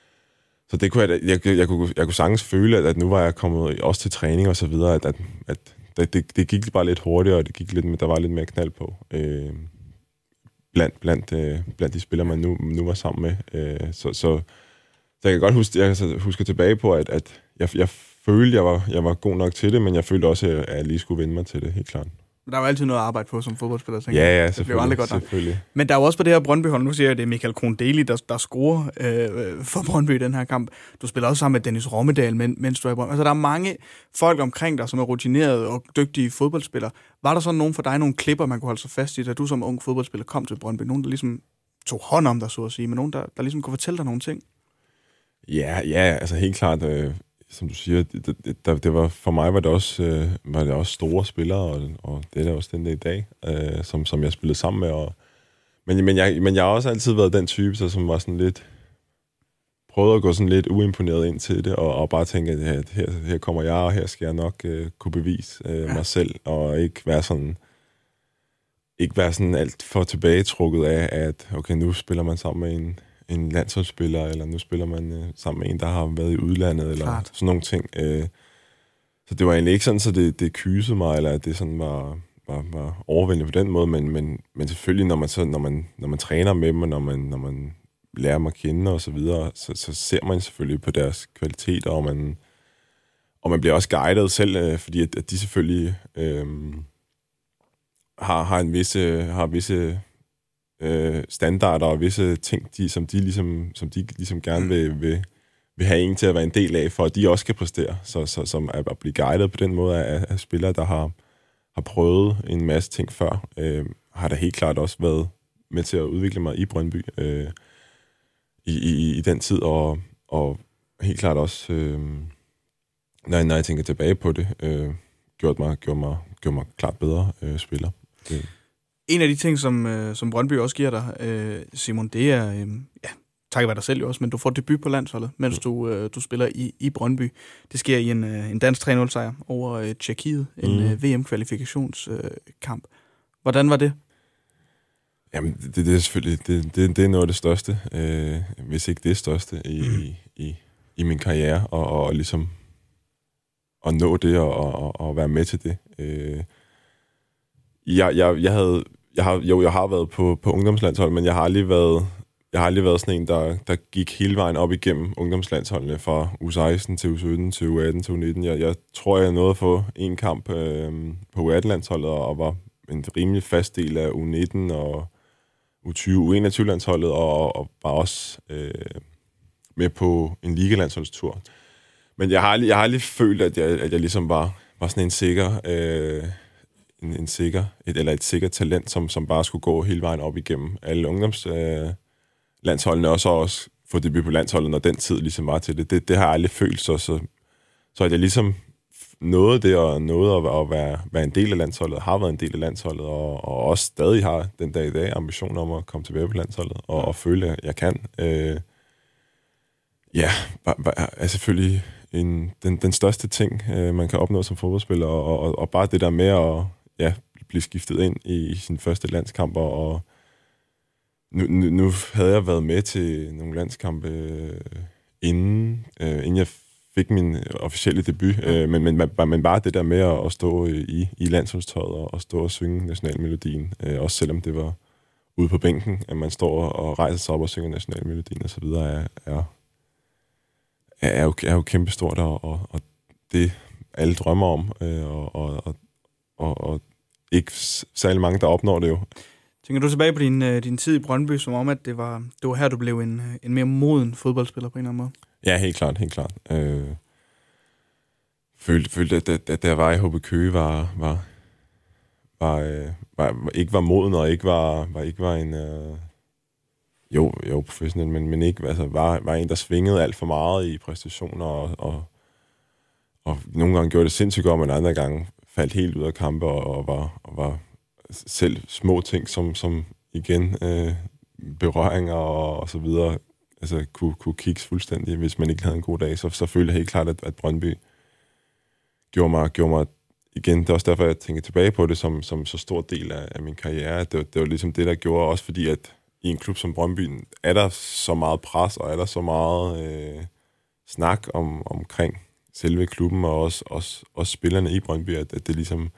så det kunne jeg, jeg, jeg, jeg, kunne, jeg kunne sagtens føle, at, at nu var jeg kommet også til træning, og så videre, at, at, at Det, det, det gik bare lidt hurtigere, og det gik lidt, der var lidt mere knald på. Øh, blandt, blandt, øh, blandt de spillere, man nu, nu var sammen med. Øh, så, så, så jeg kan godt huske, jeg kan huske tilbage på, at, at jeg, jeg følte, jeg var, jeg var god nok til det, men jeg følte også, at jeg lige skulle vinde mig til det, helt klart. Der er jo altid noget at arbejde på som fodboldspiller, tænker jeg. Ja, ja, det selvfølgelig. Aldrig godt selvfølgelig. Men der er jo også på det her Brøndby-hold, nu siger jeg, at det er Michael Grundeli, der, der scorer øh, for Brøndby i den her kamp. Du spiller også sammen med Dennis Rommedal, men, mens du er i Brøndby. Altså, der er mange folk omkring dig, som er rutinerede og dygtige fodboldspillere. Var der sådan nogen for dig, nogle klipper, man kunne holde sig fast i, da du som ung fodboldspiller kom til Brøndby? Nogen, der ligesom tog hånd om dig, så at sige, men nogen, der, der ligesom kunne fortælle dig nogle ting? Ja, ja, altså helt klart... Øh som du siger, det, det, det, det var, for mig var det også, øh, var det også store spillere, og, og det er der også den der i dag, øh, som, som jeg spillede sammen med. Og, men, men, jeg, men jeg har også altid været den type, så, som var sådan lidt, prøvede at gå sådan lidt uimponeret ind til det, og, og bare tænke, at her, her kommer jeg, og her skal jeg nok øh, kunne bevise øh, mig selv, og ikke være sådan, ikke være sådan alt for tilbagetrukket af, at okay, nu spiller man sammen med en en landsholdsspiller, eller nu spiller man øh, sammen med en, der har været i udlandet, eller Klart. Sådan nogle ting. Øh, så det var egentlig ikke sådan, så det, det kysede mig, eller at det sådan var, var, var overvældende på den måde, men, men, men selvfølgelig, når man, så, når, man, når man træner med dem, og når man, når man lærer dem at kende og så videre, så, så ser man selvfølgelig på deres kvaliteter, og man, og man bliver også guidet selv, øh, fordi at, at de selvfølgelig øh, har, har en visse, har visse øh, standarder og visse ting, de, som de ligesom, som de ligesom gerne vil, vil, vil have en til at være en del af, for at de også kan præstere. Så, så som at blive guidet på den måde af, af spillere, der har, har prøvet en masse ting før, øh, har da helt klart også været med til at udvikle mig i Brøndby øh, i, i, i den tid, og, og helt klart også, øh, når, når jeg tænker tilbage på det, øh, gjort mig, gjort mig, gjort mig klart bedre øh, spiller. Det. En af de ting, som, øh, som Brøndby også giver dig, øh, Simon, det er, øh, ja, takket være dig selv jo også, men du får debut på landsholdet, mens mm. du, øh, du spiller i, i Brøndby. Det sker i en, øh, en dansk tre nul sejr over øh, Tjekkiet, en mm. øh, V M-kvalifikationskamp. Øh, Hvordan var det? Jamen, det, det er selvfølgelig det, det, det er noget af det største, øh, hvis ikke det største i, mm. i, i, i min karriere, og, og ligesom at nå det og, og, og være med til det. Øh, jeg, jeg, jeg havde, jeg har, jo, jeg har været på, på ungdomslandshold, men jeg har aldrig været, jeg har aldrig været sådan en, der, der gik hele vejen op igennem ungdomslandsholdene fra U seksten til U sytten til U atten til U nitten. Jeg, jeg tror, jeg nåede at få en kamp øh, på U atten-landsholdet, og var en rimelig fast del af U nitten og U tyve, U enogtyve-landsholdet, og, og var også øh, med på en ligalandsholdstur. Men jeg har aldrig, jeg har aldrig følt, at jeg, at jeg ligesom var, var sådan en sikker, øh, en, en sikker et, eller et sikkert talent, som, som bare skulle gå hele vejen op igennem alle ungdomslandsholdene, øh, og så også få debut på landsholdet, når den tid ligesom var til det. Det, det har jeg aldrig følt, så, så, så at jeg ligesom nåede det, og nåede at, at være, være en del af landsholdet, har været en del af landsholdet, og, og også stadig har den dag i dag ambitioner om at komme tilbage på landsholdet, og, og føle, at jeg kan. Øh, ja, er selvfølgelig en, den, den største ting, øh, man kan opnå som fodboldspiller, og, og, og bare det der med at ja, blive skiftet ind i, i sin første landskamp, og nu, nu, nu havde jeg været med til nogle landskampe øh, inden, øh, inden jeg fik min officielle debut, øh, men, men, men bare det der med at, at stå i, i landsholdstøjet og, og stå og synge nationalmelodien, øh, også selvom det var ude på bænken, at man står og rejser sig op og synger nationalmelodien og så videre, er, er, er, jo, er jo kæmpestort, og, og, og det alle drømmer om, øh, og, og, og, og ikke særlig mange, der opnår det jo. Tænker du tilbage på din, din tid i Brøndby, som om, at det var, det var her, du blev en, en mere moden fodboldspiller på en eller anden måde? Ja, helt klart, helt klart. Øh, følte, følte at, at, at der var i H B Køge, var, var, var, øh, var, ikke var moden, og ikke var, var, ikke var en... Øh, jo, jo, professionel, men, men ikke altså, var, var en, der svingede alt for meget i præstationer, og, og, og nogle gange gjorde det sindssygt godt, men andre gange faldt helt ud af kampe, og, og, var, og var selv små ting, som, som igen øh, berøringer og, og så videre, altså kunne, kunne kigge fuldstændig, hvis man ikke havde en god dag, så, så følte jeg helt klart, at, at Brøndby gjorde mig, gjorde mig igen, det er også derfor, jeg tænker tilbage på det som, som så stor del af, af min karriere. Det var, det var ligesom det, der gjorde, også fordi, at i en klub som Brøndby er der så meget pres, og er der så meget øh, snak om, omkring selve klubben, og også, også, også spillerne i Brøndby, at, at det ligesom,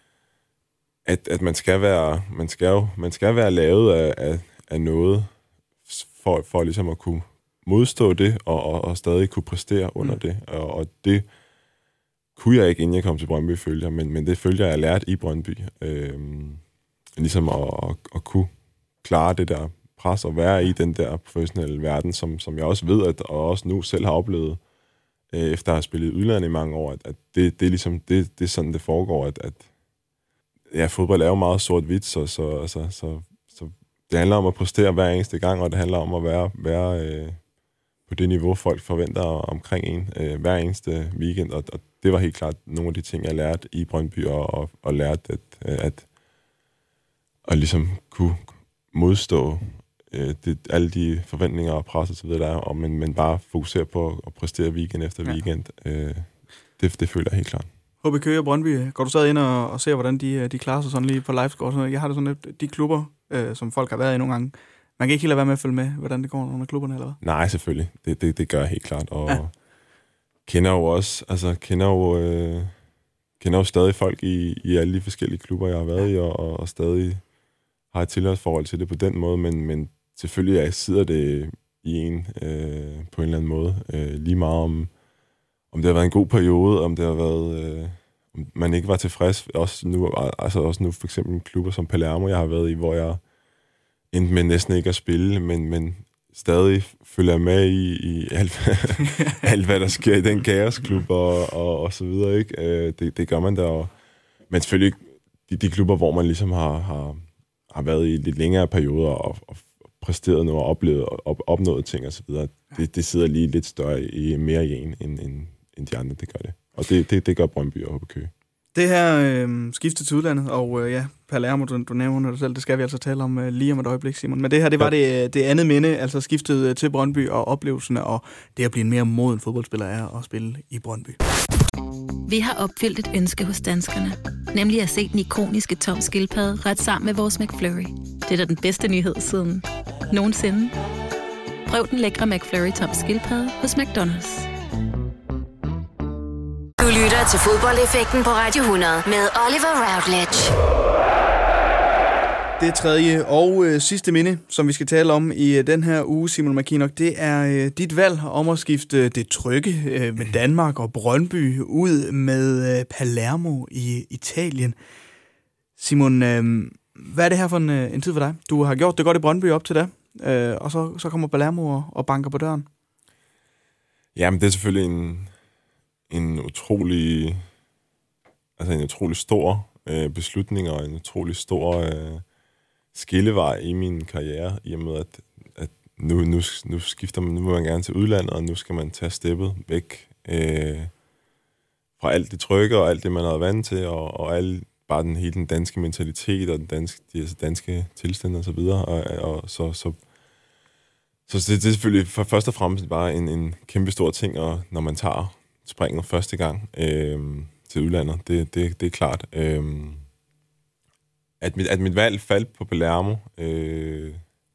at, at man skal være, man skal jo, man skal være lavet af, af, af noget, for, for ligesom at kunne modstå det, og, og, og stadig kunne præstere under mm. det. Og, og det kunne jeg ikke, inden jeg kom til Brøndby, følger, men, men det følger jeg lært i Brøndby. Øhm, ligesom at, at, at kunne klare det der pres, og være i den der professionelle verden, som, som jeg også ved, at, og også nu selv har oplevet, øh, efter at have spillet i udlandet i mange år, at, at det, det er ligesom, det, det er sådan, det foregår, at, at ja, fodbold er jo meget sort-hvidt, så, så, altså, så, så det handler om at præstere hver eneste gang, og det handler om at være, være øh, på det niveau, folk forventer omkring en øh, hver eneste weekend, og, og det var helt klart nogle af de ting, jeg lærte i Brøndby, og, og, og lærte at, at, at ligesom kunne modstå øh, det, alle de forventninger og pres og så videre, der er, og, men, men bare fokusere på at præstere weekend efter ja. weekend. Øh, det, det føler jeg helt klart. H B Køge og Brøndby, går du stadig ind og, og ser, hvordan de, de klarer sig sådan lige på livescore? Sådan noget? Jeg har det sådan lidt, de klubber, øh, som folk har været i nogle gange, man kan ikke helt lade være med at følge med, hvordan det går under klubberne, eller hvad? Nej, selvfølgelig. Det, det, det gør jeg helt klart, og ja. kender jo også, altså kender jo, øh, kender jo stadig folk i, i alle de forskellige klubber, jeg har været i, og, og, og stadig har et tilhørsforhold til det på den måde, men, men selvfølgelig jeg sidder det i en øh, på en eller anden måde. Øh, lige meget om, om det har været en god periode, om det har været... Øh, om man ikke var tilfreds. Også nu, altså også nu for eksempel klubber som Palermo, jeg har været i, hvor jeg endte med næsten ikke at spille, men, men stadig følger med i, i alt, alt, hvad der sker i den kaosklub og, og, og så videre. Ikke? Øh, det, det gør man der. Og, men selvfølgelig de, de klubber, hvor man ligesom har, har, har været i lidt længere perioder og, og præsteret noget og oplevet og op, opnået ting og så videre, det, det sidder lige lidt større i, mere i en, end, end, end de andre, det gør det. Og det, det, det gør Brøndby og H B Køge. Det her øh, skifte til udlandet, og øh, ja, Palermo, du, du nævner det selv, det skal vi altså tale om øh, lige om et øjeblik, Simon. Men det her, det var ja. det, det andet minde, altså skiftet øh, til Brøndby og oplevelserne, og det at blive en mere moden fodboldspiller er at spille i Brøndby. Vi har opfyldt et ønske hos danskerne, nemlig at se den ikoniske Tom Skildpadde ret sammen med vores McFlurry. Det er da den bedste nyhed siden nogensinde. Prøv den lækre McFlurry Tom Skildpadde hos McDonald's. Du lytter til Fodboldeffekten på Radio hundrede med Oliver Routledge. Det tredje og øh, sidste minde, som vi skal tale om i øh, den her uge, Simon McKinnock, det er øh, dit valg om at skifte det trygge øh, med Danmark og Brøndby ud med øh, Palermo i Italien. Simon, øh, hvad er det her for en, øh, en tid for dig? Du har gjort det godt i Brøndby op til da, øh, og så, så kommer Palermo og, og banker på døren. Jamen, det er selvfølgelig en... en utrolig, altså en utrolig stor øh, beslutning og en utrolig stor øh, skillevej i min karriere, i og med at, at nu, nu, nu skifter man, nu vil man gerne til udlandet, og nu skal man tage steppet væk øh, fra alt det trygge og alt det, man har været vant til, og, og al, bare den hele den danske mentalitet og den danske, de danske tilstande og så videre, og, og så, så så det, det er selvfølgelig for først og fremmest bare en, en kæmpe stor ting, og når man tager springet første gang øh, til udlandet. Det, det, det er klart. Øh, at, mit, at mit valg faldt på Palermo, øh,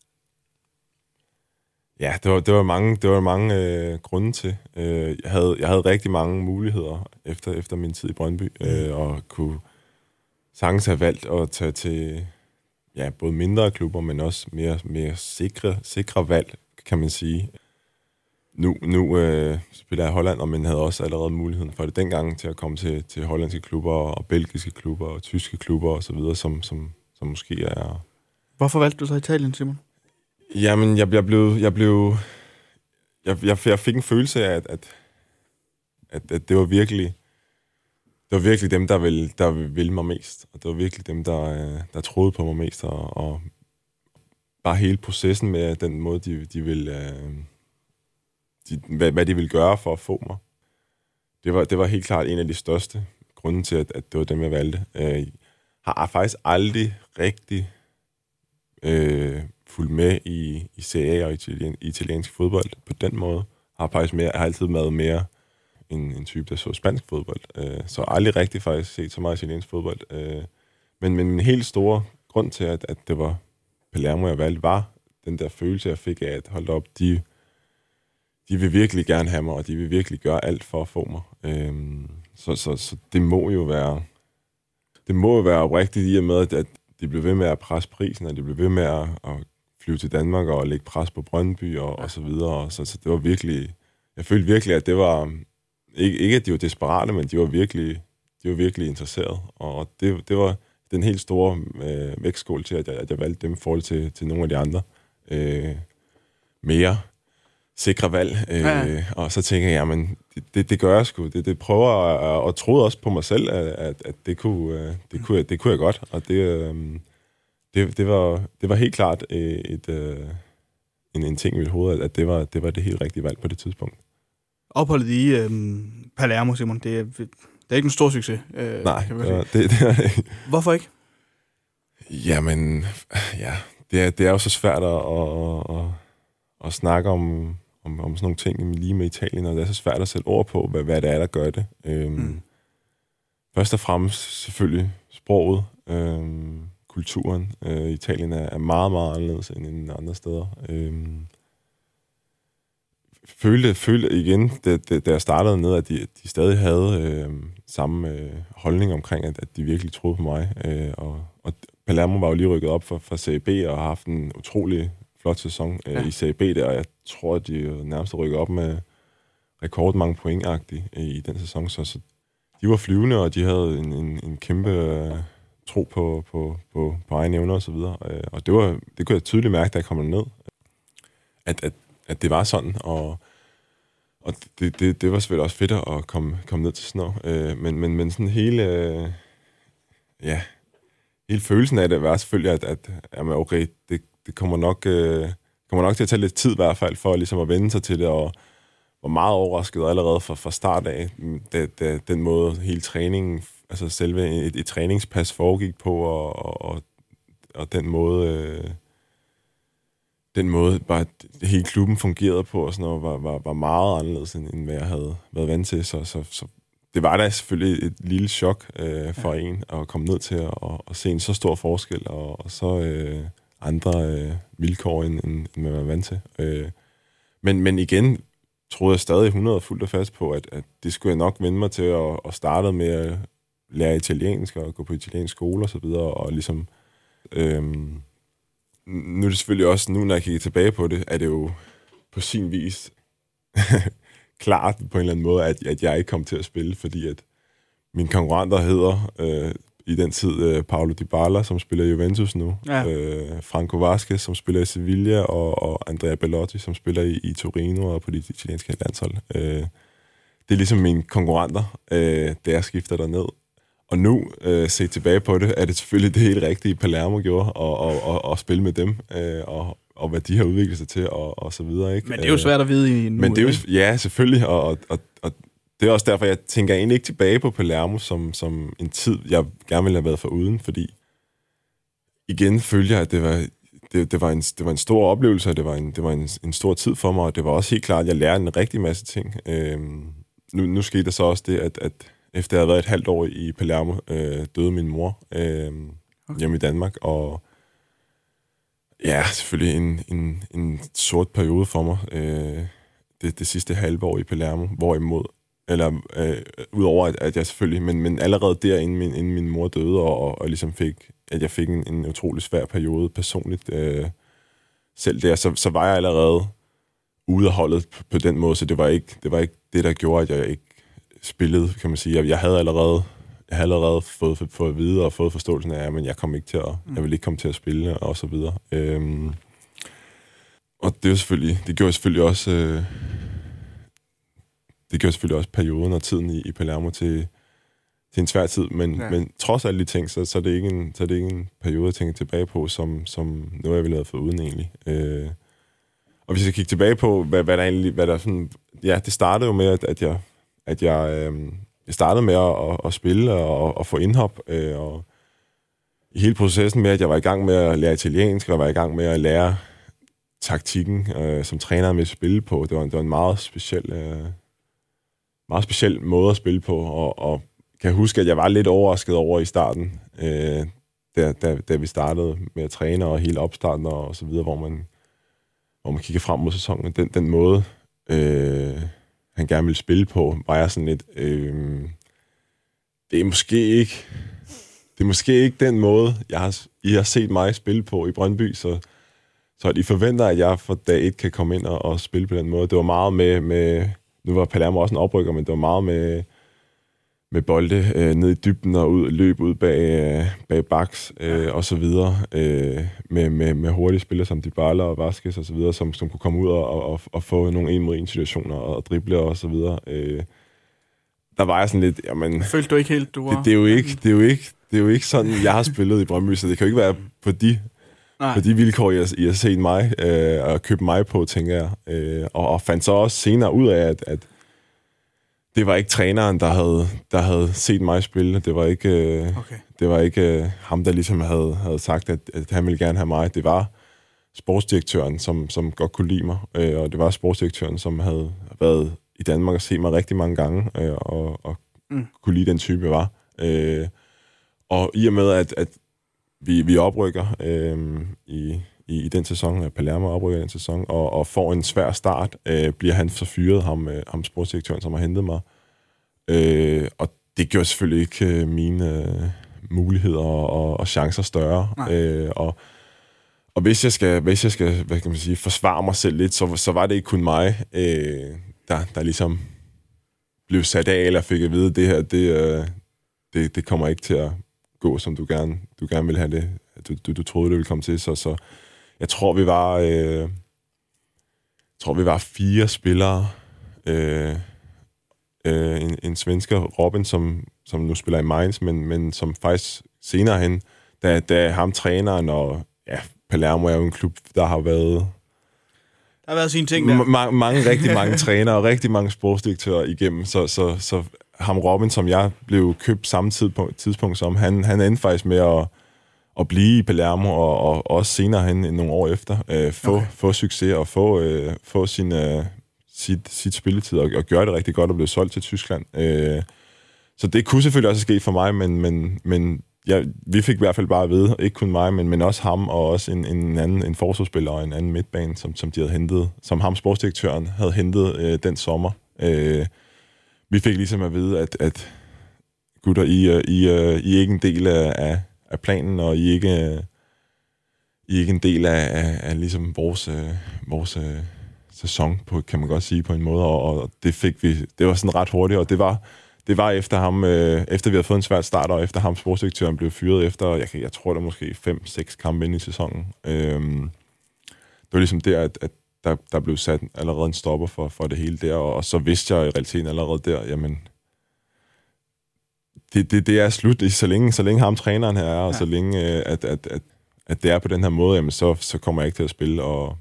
ja, det var, det var mange, det var mange øh, grunde til. Øh, jeg, havde, jeg havde rigtig mange muligheder efter, efter min tid i Brøndby, øh, og kunne sagtens have valgt at tage til ja, både mindre klubber, men også mere, mere sikre, sikre valg, kan man sige. Nu, nu øh, spiller jeg i Holland, og man havde også allerede muligheden for det dengang til at komme til, til hollandske klubber og belgiske klubber og tyske klubber og så videre, som, som, som måske er... Hvorfor valgte du så Italien, Simon? Jamen, jeg, jeg blev... Jeg, blev jeg, jeg, jeg fik en følelse af, at, at, at, at det var virkelig... Det var virkelig dem, der ville, der ville mig mest. Og det var virkelig dem, der, der troede på mig mest. Og, og bare hele processen med den måde, de, de ville... De, hvad, hvad de ville gøre for at få mig. Det var, det var helt klart en af de største grunde til, at, at det var dem, jeg valgte. Jeg har faktisk aldrig rigtig øh, fulgt med i, i Serie A og italien, italiensk fodbold på den måde. Har faktisk mere, har altid været mere en, en type, der så spansk fodbold. Øh, så aldrig rigtig faktisk set så meget italiensk fodbold. Øh, men, men en helt store grund til, at, at det var Palermo, jeg valgte, var den der følelse, jeg fik af, at holde op, de De vil virkelig gerne have mig, og de vil virkelig gøre alt for at få mig. Øhm, så, så, så det må jo være det må jo være oprigtigt i og med, at, at de blev ved med at presse prisen, og de blev ved med at, at flyve til Danmark og lægge pres på Brøndby og, og så videre. Og så, så det var virkelig, jeg følte virkelig, at det var, ikke, ikke at de var desperate, men de var virkelig, de var virkelig interesserede. Og det, det var den helt store øh, vægtskål til, at jeg, at jeg valgte dem i forhold til, til nogle af de andre øh, mere sikre valg, øh, ja, ja. Og så tænker jeg, jamen, det, det, det gør jeg sgu. Det, det prøver at, og troede også på mig selv, at, at det, kunne, det, kunne, det kunne jeg godt, og det, øh, det, det, var, det var helt klart et, øh, en, en ting i mit hoved, at det var, det var det helt rigtige valg på det tidspunkt. Opholdet i øh, Palermo, Simon, det er, det er ikke en stor succes. Øh, Nej, det, var, det, det var ikke. Hvorfor ikke? Jamen, ja, det er, det er jo så svært at, at, at, at snakke om Om, om sådan nogle ting lige med Italien, og det er så svært at sætte ord på, hvad, hvad det er, der gør det. Øhm, mm. Først og fremmest selvfølgelig sproget, øhm, kulturen. Øh, Italien er, er meget, meget anderledes end andre steder. Øhm, følte, følte igen, da, da jeg startede ned, at de, de stadig havde øh, samme øh, holdning omkring, at, at de virkelig troede på mig. Øh, og, og Palermo var jo lige rykket op fra, fra Serie B og har haft en utrolig flot sæson øh, ja. i Serie B der, og jeg tror, at de nærmest rykket op med rekordmange pointagtigt øh, i den sæson. Så, så de var flyvende, og de havde en, en, en kæmpe øh, tro på, på, på, på egne evner og så videre. Øh, og det, var, det kunne jeg tydeligt mærke, da jeg kom ned, at, at, at det var sådan, og Og det, det, det var selvfølgelig også fedt at komme, komme ned til Snow. Øh, men, men, men sådan hele, øh, ja, hele følelsen af det var selvfølgelig, at, at jamen, okay, det, det kommer, nok, øh, kommer nok til at tage lidt tid i hvert fald, for ligesom at vende sig til det, og var meget overrasket allerede fra, fra start af, da, da, den måde hele træningen, altså selve et, et træningspas foregik på, og, og, og den måde... Øh, den måde, bare hele klubben fungerede på, og sådan noget, var, var, var meget anderledes, end hvad jeg havde været vant til. Så, så, så det var da selvfølgelig et lille chok øh, for ja. en, at komme ned til at, at, at se en så stor forskel, og, og så øh, andre øh, vilkår, end, end man var vant til. Øh, men, men igen troede jeg stadig hundrede fuldt og fast på, at, at det skulle jeg nok vende mig til, at, at starte med at lære italiensk, og gå på italiensk skole og så videre, og ligesom... Øh, Nu er det selvfølgelig også, nu når jeg kigger tilbage på det, er det jo på sin vis klart på en eller anden måde, at, at jeg ikke kom til at spille, fordi at mine konkurrenter hedder øh, i den tid øh, Paulo Dybala, som spiller i Juventus nu, ja. øh, Franco Vasquez, som spiller i Sevilla, og, og Andrea Bellotti, som spiller i, i Torino og på det italienske landshold. Øh, det er ligesom mine konkurrenter, øh, da jeg skifter derned. Og nu, øh, set tilbage på det, er det selvfølgelig det helt rigtige, Palermo gjorde, og, og, og, og spille med dem, øh, og, og hvad de har udviklet sig til, og, og så videre. Ikke? Men det er jo svært at vide i nu. Men det er jo, ja, selvfølgelig, og, og, og, og det er også derfor, jeg tænker egentlig ikke tilbage på Palermo som, som en tid, jeg gerne ville have været foruden, fordi igen følger jeg, at det var, det, det var, en, det var en stor oplevelse, og det var, en, det var en, en stor tid for mig, og det var også helt klart, at jeg lærte en rigtig masse ting. Øh, nu, nu skete der så også det, at, at efter jeg havde været et halvt år i Palermo, øh, døde min mor øh, okay. hjemme i Danmark, og ja, selvfølgelig en, en, en sort periode for mig, øh, det, det sidste halve år i Palermo, hvorimod, eller øh, udover at, at jeg selvfølgelig, men, men allerede der, inden min, inden min mor døde, og, og, og ligesom fik, at jeg fik en, en utrolig svær periode personligt, øh, selv der, så, så var jeg allerede ude af holdet på, på den måde, så det var ikke det, var ikke det der gjorde, at jeg ikke spillede, kan man sige. Jeg havde allerede, jeg havde allerede fået, fået at vide og fået forståelsen af, at jeg kom ikke til at, jeg ville ikke komme til at spille og så videre. Øhm, og det var selvfølgelig, det gjorde selvfølgelig også, øh, det gjorde selvfølgelig også perioden og tiden i, i Palermo til, til en svær tid, men, ja. men trods alle de ting, så, så, er det ikke en, så er det ikke en periode, jeg tænker tilbage på, som, som noget, jeg ville have fået uden egentlig. Øh, og hvis jeg kigger tilbage på, hvad, hvad der egentlig, hvad der sådan, ja, det startede jo med, at, at jeg at jeg, øh, jeg startede med at, at, at spille og at få indhop, øh, og i hele processen med, at jeg var i gang med at lære italiensk, og jeg var i gang med at lære taktikken, øh, som træner med at spille på. Det var, det var en meget speciel, øh, meget speciel måde at spille på, og, og kan huske, at jeg var lidt overrasket over i starten, øh, da, da, da vi startede med at træne, og hele opstarten og, og så videre, hvor man, hvor man kigger frem mod sæsonen. Den, den måde... Øh, han gerne ville spille på, var jeg sådan lidt, øh, det er måske ikke, det er måske ikke den måde, jeg har, I har set mig spille på i Brøndby, så, så at I forventer, at jeg for dag et kan komme ind og, og spille på den måde. Det var meget med, med nu var Palermo også en oprykker, men det var meget med, med bolde øh, ned i dybden og ud, løb ud bag, øh, bag baks øh, og så videre, øh, med, med, med hurtige spillere som Dybala og Vasquez og så videre, som, som kunne komme ud og, og, og få nogle en mod en situationer og drible og så videre. Øh, der var jeg sådan lidt, jamen... Følte du ikke helt, du var... Det, det, er jo ikke, det, er jo ikke, det er jo ikke sådan, jeg har spillet i Brøndby, så det kan jo ikke være på de, på de vilkår, jeg, jeg har set mig øh, og købt mig på, tænker jeg. Øh, og, og fandt så også senere ud af, at, at det var ikke træneren, der havde, der havde set mig spille. Det var ikke, øh, okay. det var ikke øh, ham, der ligesom havde, havde sagt, at, at han ville gerne have mig. Det var sportsdirektøren, som, som godt kunne lide mig. Øh, og det var sportsdirektøren, som havde været i Danmark og set mig rigtig mange gange, øh, og, og mm. kunne lide den type, jeg var. Øh, og i og med, at, at vi, vi oprykker øh, i, i, i den sæson. Palermo oprykker i den sæson, og, og får en svær start. Øh, bliver han så fyret, ham, øh, ham sportsdirektøren, som har hentet mig. Øh, og det gjorde selvfølgelig ikke øh, mine øh, muligheder og, og chancer større. Øh, og, og hvis jeg skal, hvis jeg skal hvad kan man sige, forsvare mig selv lidt, så, så var det ikke kun mig, øh, der, der ligesom blev sat af, eller fik at vide, at det her, det, øh, det, det kommer ikke til at gå, som du gerne, du gerne vil have det. Du, du, du troede, det ville komme til. Så, så jeg tror, vi var, øh, jeg tror, vi var fire spillere. Øh, øh, en, en svensker, Robin, som, som nu spiller i Mainz, men, men som faktisk senere hen, da, da ham træneren, og ja, Palermo er jo en klub, der har været... Der har været sine ting der. Ma- mange, rigtig mange trænere og rigtig mange sportsdirektører igennem, så, så, så ham Robin, som jeg blev købt samme tidspunkt, tidspunkt som, han, han endte faktisk med at, at blive i Palermo, og, og også senere hen, nogle år efter, øh, få, okay. få succes og få, øh, få sin, øh, sit, sit spilletid, og, og gøre det rigtig godt og blive solgt til Tyskland. Øh, så det kunne selvfølgelig også ske for mig, men, men, men ja, vi fik i hvert fald bare at vide, ikke kun mig, men, men også ham, og også en, en anden en forsvarsspiller og en anden midtbane, som, som de havde hentet, som ham sportsdirektøren havde hentet øh, den sommer. Øh, vi fik ligesom at vide, at, at gutter, I, I, I er ikke en del af, af planen, og I er ikke, I er ikke en del af, af, af ligesom vores, vores sæson, på, kan man godt sige på en måde, og, og det fik vi, det var sådan ret hurtigt, og det var Det var efter ham, øh, efter vi havde fået en svær start, og efter ham sportsdirektøren blev fyret efter, jeg, jeg tror, der måske fem seks kampe ind i sæsonen. Øhm, det var ligesom der, at, at der, der blev sat allerede en stopper for, for det hele der, og, og så vidste jeg i realiteten allerede der, jamen, det, det, det er slut, så længe, så længe ham træneren her er, og ja. så længe, at, at, at, at det er på den her måde, jamen, så, så kommer jeg ikke til at spille, og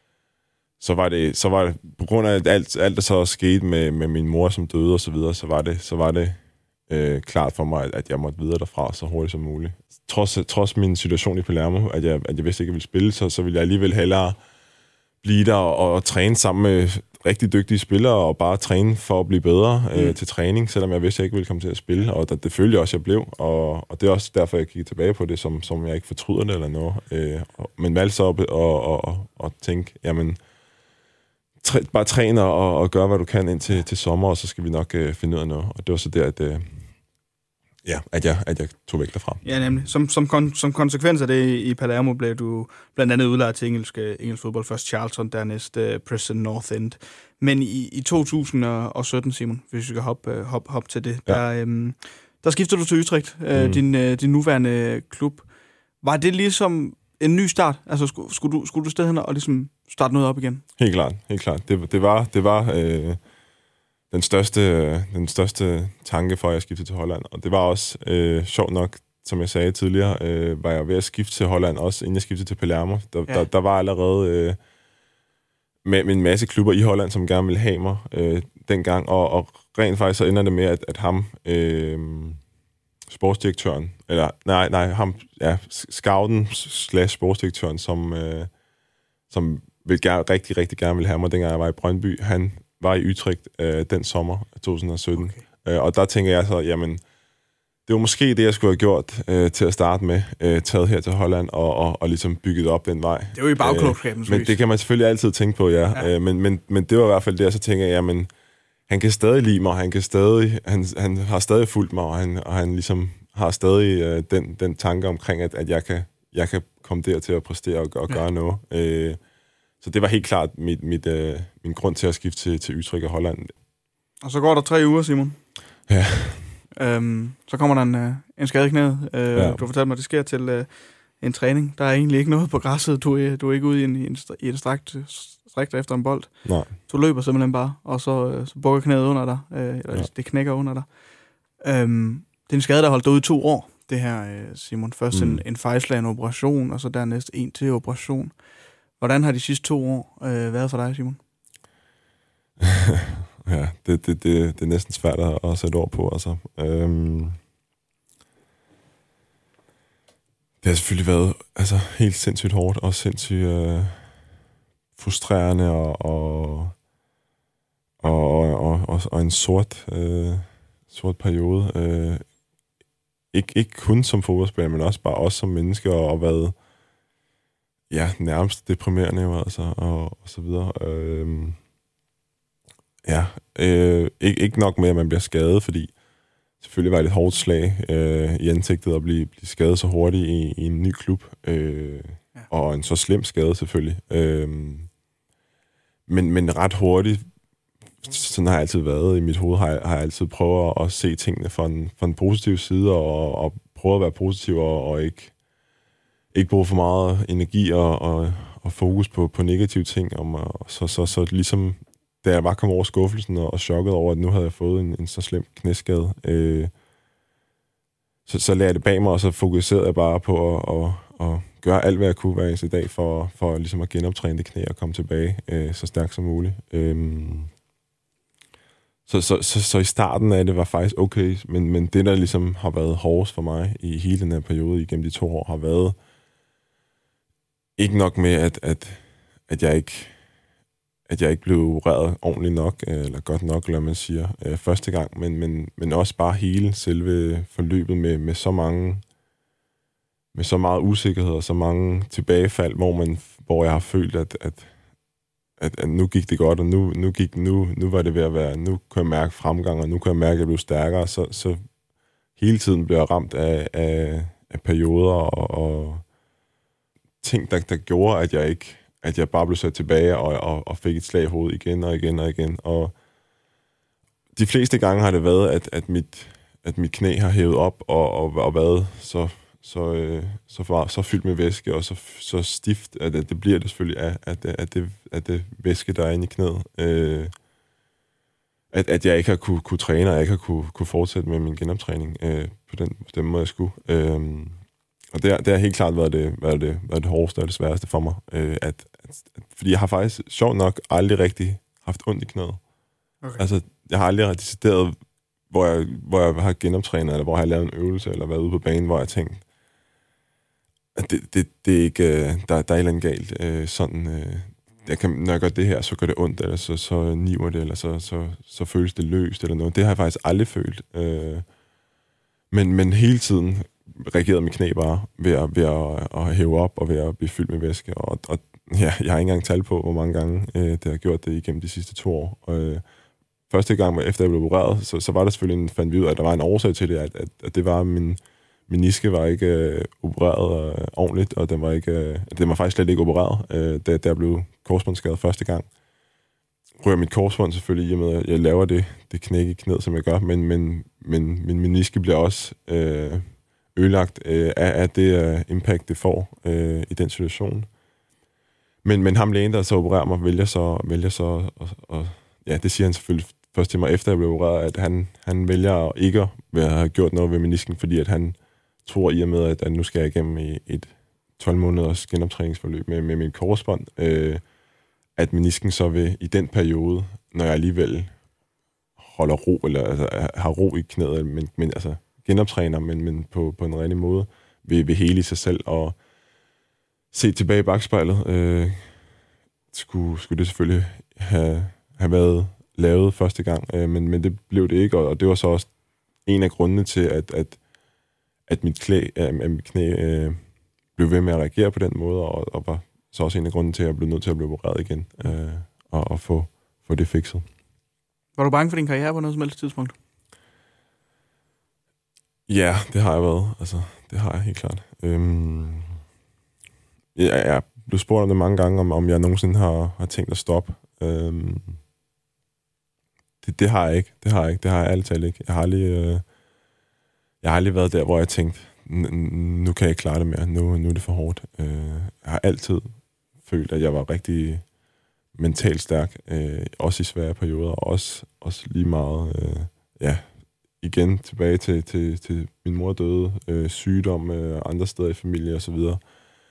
så var det, så var det på grund af alt, alt der så skete med, med min mor, som døde og så videre, så var det, så var det øh, klart for mig, at jeg måtte videre derfra så hurtigt som muligt. Trods, trods min situation i Palermo, at jeg, at jeg vidste ikke, at jeg ville spille, så, så ville jeg alligevel hellere blive der og, og træne sammen med rigtig dygtige spillere, og bare træne for at blive bedre øh, mm. til træning, selvom jeg vidste, at jeg ikke ville komme til at spille, og det, det følte jeg også, at jeg blev, og, og det er også derfor, jeg kigger tilbage på det, som, som jeg ikke fortryder det eller noget. Øh, men valgte så op og, og, og, og tænke, jamen, Træ, bare træne og, og gøre, hvad du kan indtil til sommer, og så skal vi nok øh, finde ud af noget. Og det var så der, at, øh, ja, at, jeg, at jeg tog væk derfra. Ja, nemlig. Som, som, kon, som konsekvens af det i Palermo blev du blandt andet udlejet til engelsk, engelsk fodbold. Først Charlton, dernæst uh, Preston North End. Men i, i to tusind og sytten, Simon, hvis vi skal hoppe hop, hop til det, ja. der, øhm, der skifter du til Utrecht, øh, mm. din, øh, din nuværende klub. Var det ligesom en ny start? Altså, skulle, skulle, du, skulle du sted hen og ligesom starte noget op igen? Helt klart, helt klart. Det, det var, det var øh, den, største, den største tanke for, at jeg skiftede til Holland. Og det var også øh, sjovt nok, som jeg sagde tidligere, øh, var jeg ved at skifte til Holland, også inden jeg skiftede til Palermo. Der, ja. der, der var allerede øh, med, med en masse klubber i Holland, som gerne ville have mig øh, dengang. Og, og rent faktisk så ender det med, at, at ham... Øh, sportsdirektøren, eller nej, nej, ham, ja, scouten slash sportsdirektøren, som, øh, som vil gerne, rigtig, rigtig gerne ville have mig, dengang jeg var i Brøndby. Han var i Utrecht øh, den sommer to tusind og sytten. Okay. Øh, og der tænker jeg så, jamen, det var måske det, jeg skulle have gjort øh, til at starte med, øh, taget her til Holland, og, og, og ligesom bygget op den vej. Det var jo i bagklogskaben. Øh, men det kan man selvfølgelig altid tænke på, ja. ja. Øh, men, men, men det var i hvert fald det, så tænker jeg, jamen, han kan stadig lide mig, han kan stadig, han, han har stadig fulgt mig, og han, og han ligesom har stadig øh, den, den tanke omkring, at, at jeg, kan, jeg kan komme der til at præstere og, og ja. gøre noget. Øh, så det var helt klart mit, mit, øh, min grund til at skifte til, til Utrecht og Holland. Og så går der tre uger, Simon. Ja. Øhm, så kommer der en, øh, en skade i knæet. Øh, ja. Du fortalte mig, at det sker til øh, en træning. Der er egentlig ikke noget på græsset. Du er, du er ikke ude i, en, i, en, i et strakt strækker efter en bold. Nej. Du løber simpelthen bare, og så, øh, så bukker knæet under dig. Øh, eller ja. Det knækker under dig. Øhm, det er en skade, der holdt dig ude i to år, det her, øh, Simon. Først mm. en, en fejlslagen operation, og så dernæst en til operation. Hvordan har de sidste to år øh, været for dig, Simon? ja, det, det, det, det er næsten svært at, at sætte ord på. Altså. Øhm Det har selvfølgelig været altså, helt sindssygt hårdt, og sindssygt øh, frustrerende, og, og, og, og, og, og en sort, øh, sort periode. Øh, ikke, ikke kun som fodboldspiller, men også bare også som menneske, og, og været ja, nærmest deprimerende jo, altså, og, og så videre. Øh, ja, øh, ikke, ikke nok med, at man bliver skadet, fordi selvfølgelig var det et hårdt slag øh, i ansigtet at blive, blive skadet så hurtigt i, i en ny klub. Øh, ja. Og en så slem skade selvfølgelig. Øh, men, men ret hurtigt, sådan har jeg altid været i mit hoved, har jeg, har jeg altid prøvet at se tingene fra en, fra en positiv side, og, og prøve at være positiv, og, og ikke, ikke bruge for meget energi og, og, og fokus på, på negative ting. Om, og så, så, så ligesom, da jeg bare kom over skuffelsen og, og chokket over, at nu havde jeg fået en, en så slem knæskade, øh, så, så lagde jeg det bag mig, og så fokuserede jeg bare på at, at, at gøre alt, hvad jeg kunne hver eneste dag, for, for ligesom at genoptræne det knæ og komme tilbage øh, så stærkt som muligt. Øh, Så, så, så, så i starten af det var faktisk okay, men, men det, der ligesom har været hårdest for mig i hele den her periode, igennem de to år, har været ikke nok med, at, at, at, jeg, ikke, at jeg ikke blev opereret ordentligt nok, eller godt nok, eller man siger, øh, første gang, men, men, men også bare hele selve forløbet med, med så mange, med så meget usikkerhed og så mange tilbagefald, hvor, man, hvor jeg har følt, at, at At, at nu gik det godt, og nu, nu, gik, nu, nu var det ved at være, nu kunne jeg mærke fremgang, og nu kunne jeg mærke, at jeg blev stærkere, så, så hele tiden blev jeg ramt af, af, af perioder og, og ting, der, der gjorde, at jeg ikke, at jeg bare blev sat tilbage og, og, og fik et slag i hovedet igen og igen og igen. Og de fleste gange har det været, at, at, mit, at mit knæ har hævet op og, og, og været så så, øh, så, var, så fyldt med væske, og så, så stift, at, at det bliver det selvfølgelig af, at, at, det, at det væske, der er inde i knæet. Øh, at, at jeg ikke har kunne, kunne træne, og jeg ikke har kunne, kunne fortsætte med min genoptræning øh, på, den, på den måde, jeg skulle. Øh, og det, det har helt klart været det, været det, været det hårdeste og det sværeste for mig. Øh, at, at, at, fordi jeg har faktisk, sjovt nok, aldrig rigtig haft ondt i knæet. Okay. Altså, jeg har aldrig decideret, hvor jeg, hvor jeg har genoptrænet, eller hvor jeg har lavet en øvelse, eller været ude på banen, hvor jeg tænkt, Det, det, det er ikke, der, der er et eller andet galt. Øh, sådan, øh, jeg kan, når jeg gør det her, så gør det ondt, eller så, så niver det, eller så, så, så føles det løst, eller noget. Det har jeg faktisk aldrig følt. Øh, men, men hele tiden reagerede mit knæ bare ved, at, ved at, at hæve op, og ved at blive fyldt med væske. Og, og ja, jeg har ikke engang tal på, hvor mange gange øh, det har gjort det igennem de sidste to år. Og, øh, første gang, efter jeg blev opereret, så, så var der selvfølgelig en, fandt vi ud af, at der var en årsag til det, at, at, at det var min... Min niske var ikke øh, opereret øh, ordentligt, og den var, ikke, øh, den var faktisk slet ikke opereret, øh, da, da jeg blev korsbåndsskadet første gang. Rører mit korsbånd selvfølgelig, i og med, at jeg laver det, det knæk i knæet, som jeg gør, men, men, men min meniske bliver også øh, ødelagt øh, af, af det øh, impact, det får øh, i den situation. Men, men ham lægen, der så opererer mig, vælger så, vælger så og, og, ja, det siger han selvfølgelig først til mig, efter jeg blev opereret, at han, han vælger ikke at have gjort noget ved menisken, fordi at han tror i og med, at, at nu skal jeg igennem i et tolv måneders genoptræningsforløb med, med min korsbånd, øh, at menisken så vil i den periode, når jeg alligevel holder ro, eller altså, har ro i knæet, men, men altså genoptræner, men, men på, på en rigtig måde, vil, vil hele i sig selv, og se tilbage i bagspejlet, øh, skulle, skulle det selvfølgelig have, have været lavet første gang, øh, men, men det blev det ikke, og, og det var så også en af grundene til, at, at at mit knæ, at mit knæ øh, blev ved med at reagere på den måde, og, og var så også en af grunden til, at jeg blev nødt til at blive opereret igen, øh, og, og få, få det fikset. Var du bange for din karriere på noget som helst tidspunkt? Ja, det har jeg været. Altså, det har jeg helt klart. Øhm, jeg, jeg blev spurgt om det mange gange, om, om jeg nogensinde har, har tænkt at stoppe. Øhm, det, det har jeg ikke. Det har jeg ikke. Det har jeg altid ikke. Jeg har aldrig... Øh, Jeg har aldrig været der, hvor jeg tænkte, nu kan jeg ikke klare det mere, nu, nu er det for hårdt. Jeg har altid følt, at jeg var rigtig mentalt stærk, også i svære perioder, og også, også lige meget, ja, igen tilbage til, til, til min mor døde, sygdom, andre steder i familie og så videre,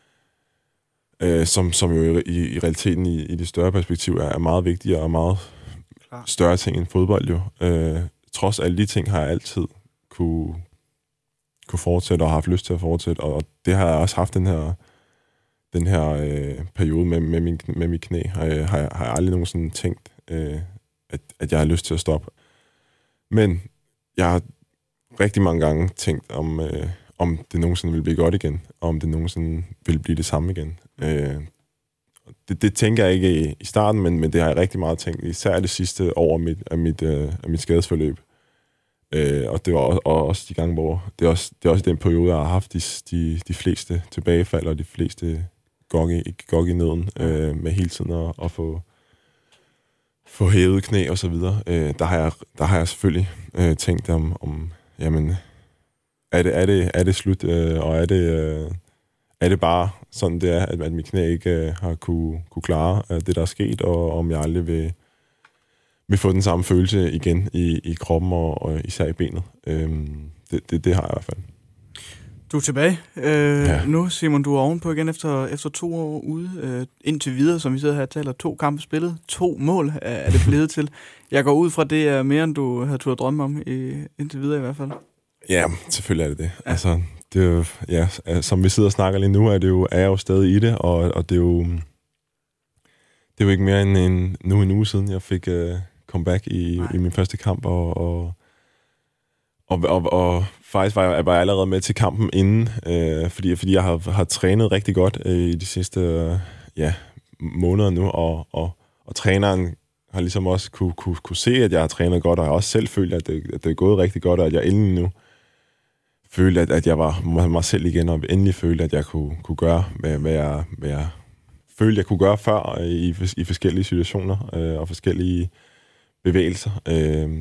som, som jo i, i realiteten i, i det større perspektiv er, er meget vigtigere og meget Klar. større ting end fodbold jo. Trods alle de ting har jeg altid kunne kunne fortsætte og har haft lyst til at fortsætte, og det har jeg også haft den her den her øh, periode med, med, min, med mit knæ, har jeg, har, jeg, har jeg aldrig nogensinde tænkt, øh, at, at jeg har lyst til at stoppe. Men jeg har rigtig mange gange tænkt, om, øh, om det nogensinde vil blive godt igen, og om det nogensinde vil blive det samme igen. Øh, det, det tænker jeg ikke i, i starten, men, men det har jeg rigtig meget tænkt, især det sidste år af mit, af mit, øh, af mit skadesforløb. Øh, og det var også, og også de gange, hvor det er også, det er også den periode, jeg har haft de, de, de fleste tilbagefald og de fleste gok i, gok i nøden, øh, med hele tiden at, at få, få hævet knæ og så videre. Øh, der, har jeg, der har jeg selvfølgelig øh, tænkt om, om jamen, er det, er det, er det slut, øh, og er det, øh, er det bare sådan, det er, at, at mit knæ ikke øh, har kunne, kunne klare øh, det, der er sket, og om jeg aldrig vil, vil få den samme følelse igen i, i kroppen, og, og især i benet. Øh, det, det, det har jeg i hvert fald. Du er tilbage øh, ja. nu, Simon. Du er ovenpå igen efter, efter to år ude. Øh, indtil videre, som vi sidder her og taler, to kampe spillet. To mål er, er det blevet til. Jeg går ud fra, det er mere, end du havde turde drømme om, i, indtil videre i hvert fald. Ja, selvfølgelig er det det. Ja. Altså, det er jo, ja, som vi sidder og snakker lige nu, er, det jo, er jeg jo stadig i det, og, og det er jo det er jo ikke mere end en, nu en uge siden, jeg fik uh, comeback i, i min første kamp, og, og, og, og, og faktisk var jeg, var jeg allerede med til kampen inden, øh, fordi, fordi jeg har, har trænet rigtig godt øh, i de sidste øh, ja, måneder nu, og, og, og træneren har ligesom også kunne, kunne, kunne se, at jeg har trænet godt, og jeg har også selv følt, at det, at det er gået rigtig godt, og at jeg endelig nu følte, at, at jeg var mig selv igen, og endelig følte, at jeg kunne, kunne gøre, hvad, hvad, jeg, hvad jeg følte, jeg kunne gøre før i, i forskellige situationer øh, og forskellige bevægelser. Øh,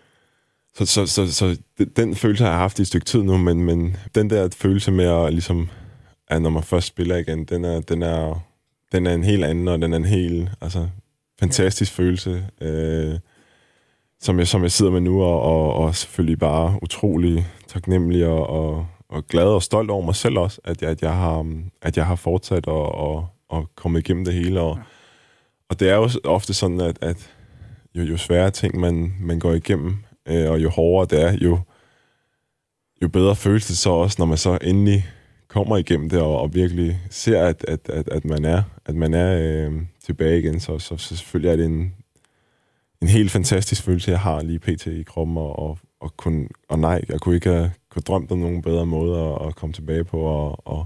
så, så, så, så den følelse har jeg haft i et stykke tid nu, men, men den der følelse med at ligesom, at når man først spiller igen, den er, den er, den er en helt anden, og den er en helt altså, fantastisk ja. følelse, øh, som, jeg, som jeg sidder med nu, og, og, og selvfølgelig bare utrolig taknemmelig og, og, og glad og stolt over mig selv også, at jeg, at jeg, har, at jeg har fortsat og, og, og kommet igennem det hele. Og, og det er jo ofte sådan, at, at jo, jo sværere ting man, man går igennem, øh, og jo hårdere det er, jo, jo bedre føles det så også, når man så endelig kommer igennem det, og, og virkelig ser, at, at, at, at man er, at man er øh, tilbage igen. Så, så, så selvfølgelig er det en, en helt fantastisk følelse, jeg har lige pt. I kroppen, og, og, og, kun, og nej, jeg kunne ikke have kunne drømt om nogen bedre måde at, at komme tilbage på, og, og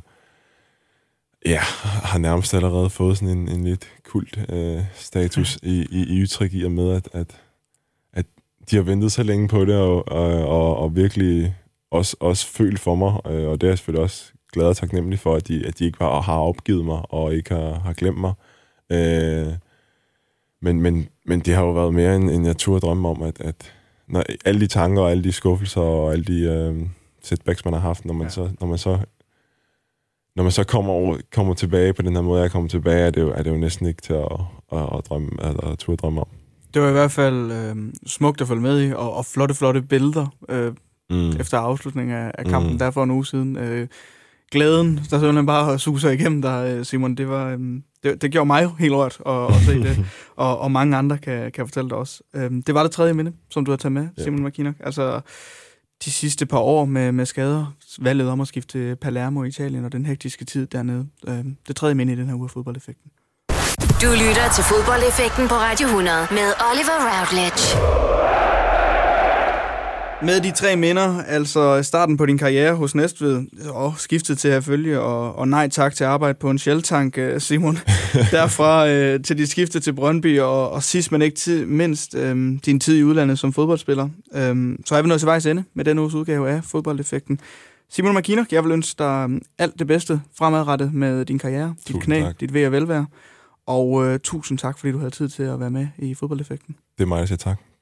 ja, har nærmest allerede fået sådan en, en lidt kult øh, status i, i, i Utrecht, i og med, at, at, at de har ventet så længe på det, og, og, og, og virkelig også, også følt for mig, øh, og det er jeg selvfølgelig også glad og taknemmelig for, at de, at de ikke bare har opgivet mig, og ikke har, har glemt mig. Øh, men, men, men det har jo været mere, end, end jeg turde drømme om, at, at når alle de tanker, og alle de skuffelser, og alle de øh, setbacks, man har haft, når man ja. så... Når man så Når man så kommer, over, kommer tilbage på den her måde, jeg kommer tilbage, er det jo, er det jo næsten ikke til at, at, at, drømme, at, at turde drømme om. Det var i hvert fald øh, smukt at følge med i, og, og flotte, flotte billeder øh, mm. efter afslutningen af, af kampen mm. der for en uge siden. Øh, glæden, der simpelthen bare suser igennem dig, Simon, det, var, øh, det, det gjorde mig jo helt rørt at, at se det, og, og mange andre kan, kan fortælle det også. Øh, det var det tredje minde, som du har taget med, Simon ja. McKinnock. Altså de sidste par år med, med skader, valget om at skifte til Palermo i Italien og den hektiske tid dernede. Øh, det tredje minde i den her uge af Fodboldeffekten. Du lytter til Fodboldeffekten på Radio hundrede med Oliver Routledge. Med de tre minder, altså starten på din karriere hos Næstved, og skiftet til at følge, og, og nej tak til arbejde på en Shell-tank, Simon. Derfra øh, til dit skifte til Brøndby, og, og sidst men ikke tid, mindst øh, din tid i udlandet som fodboldspiller. Øh, så er vi nået til vejs ende med denne uges udgave af Fodboldeffekten. Simon McKinnock, jeg vil ønske dig alt det bedste fremadrettet med din karriere, dit knæ, tak. Dit ved og velvære. Og øh, tusind tak, fordi du havde tid til at være med i Fodboldeffekten. Det er mig, der siger tak.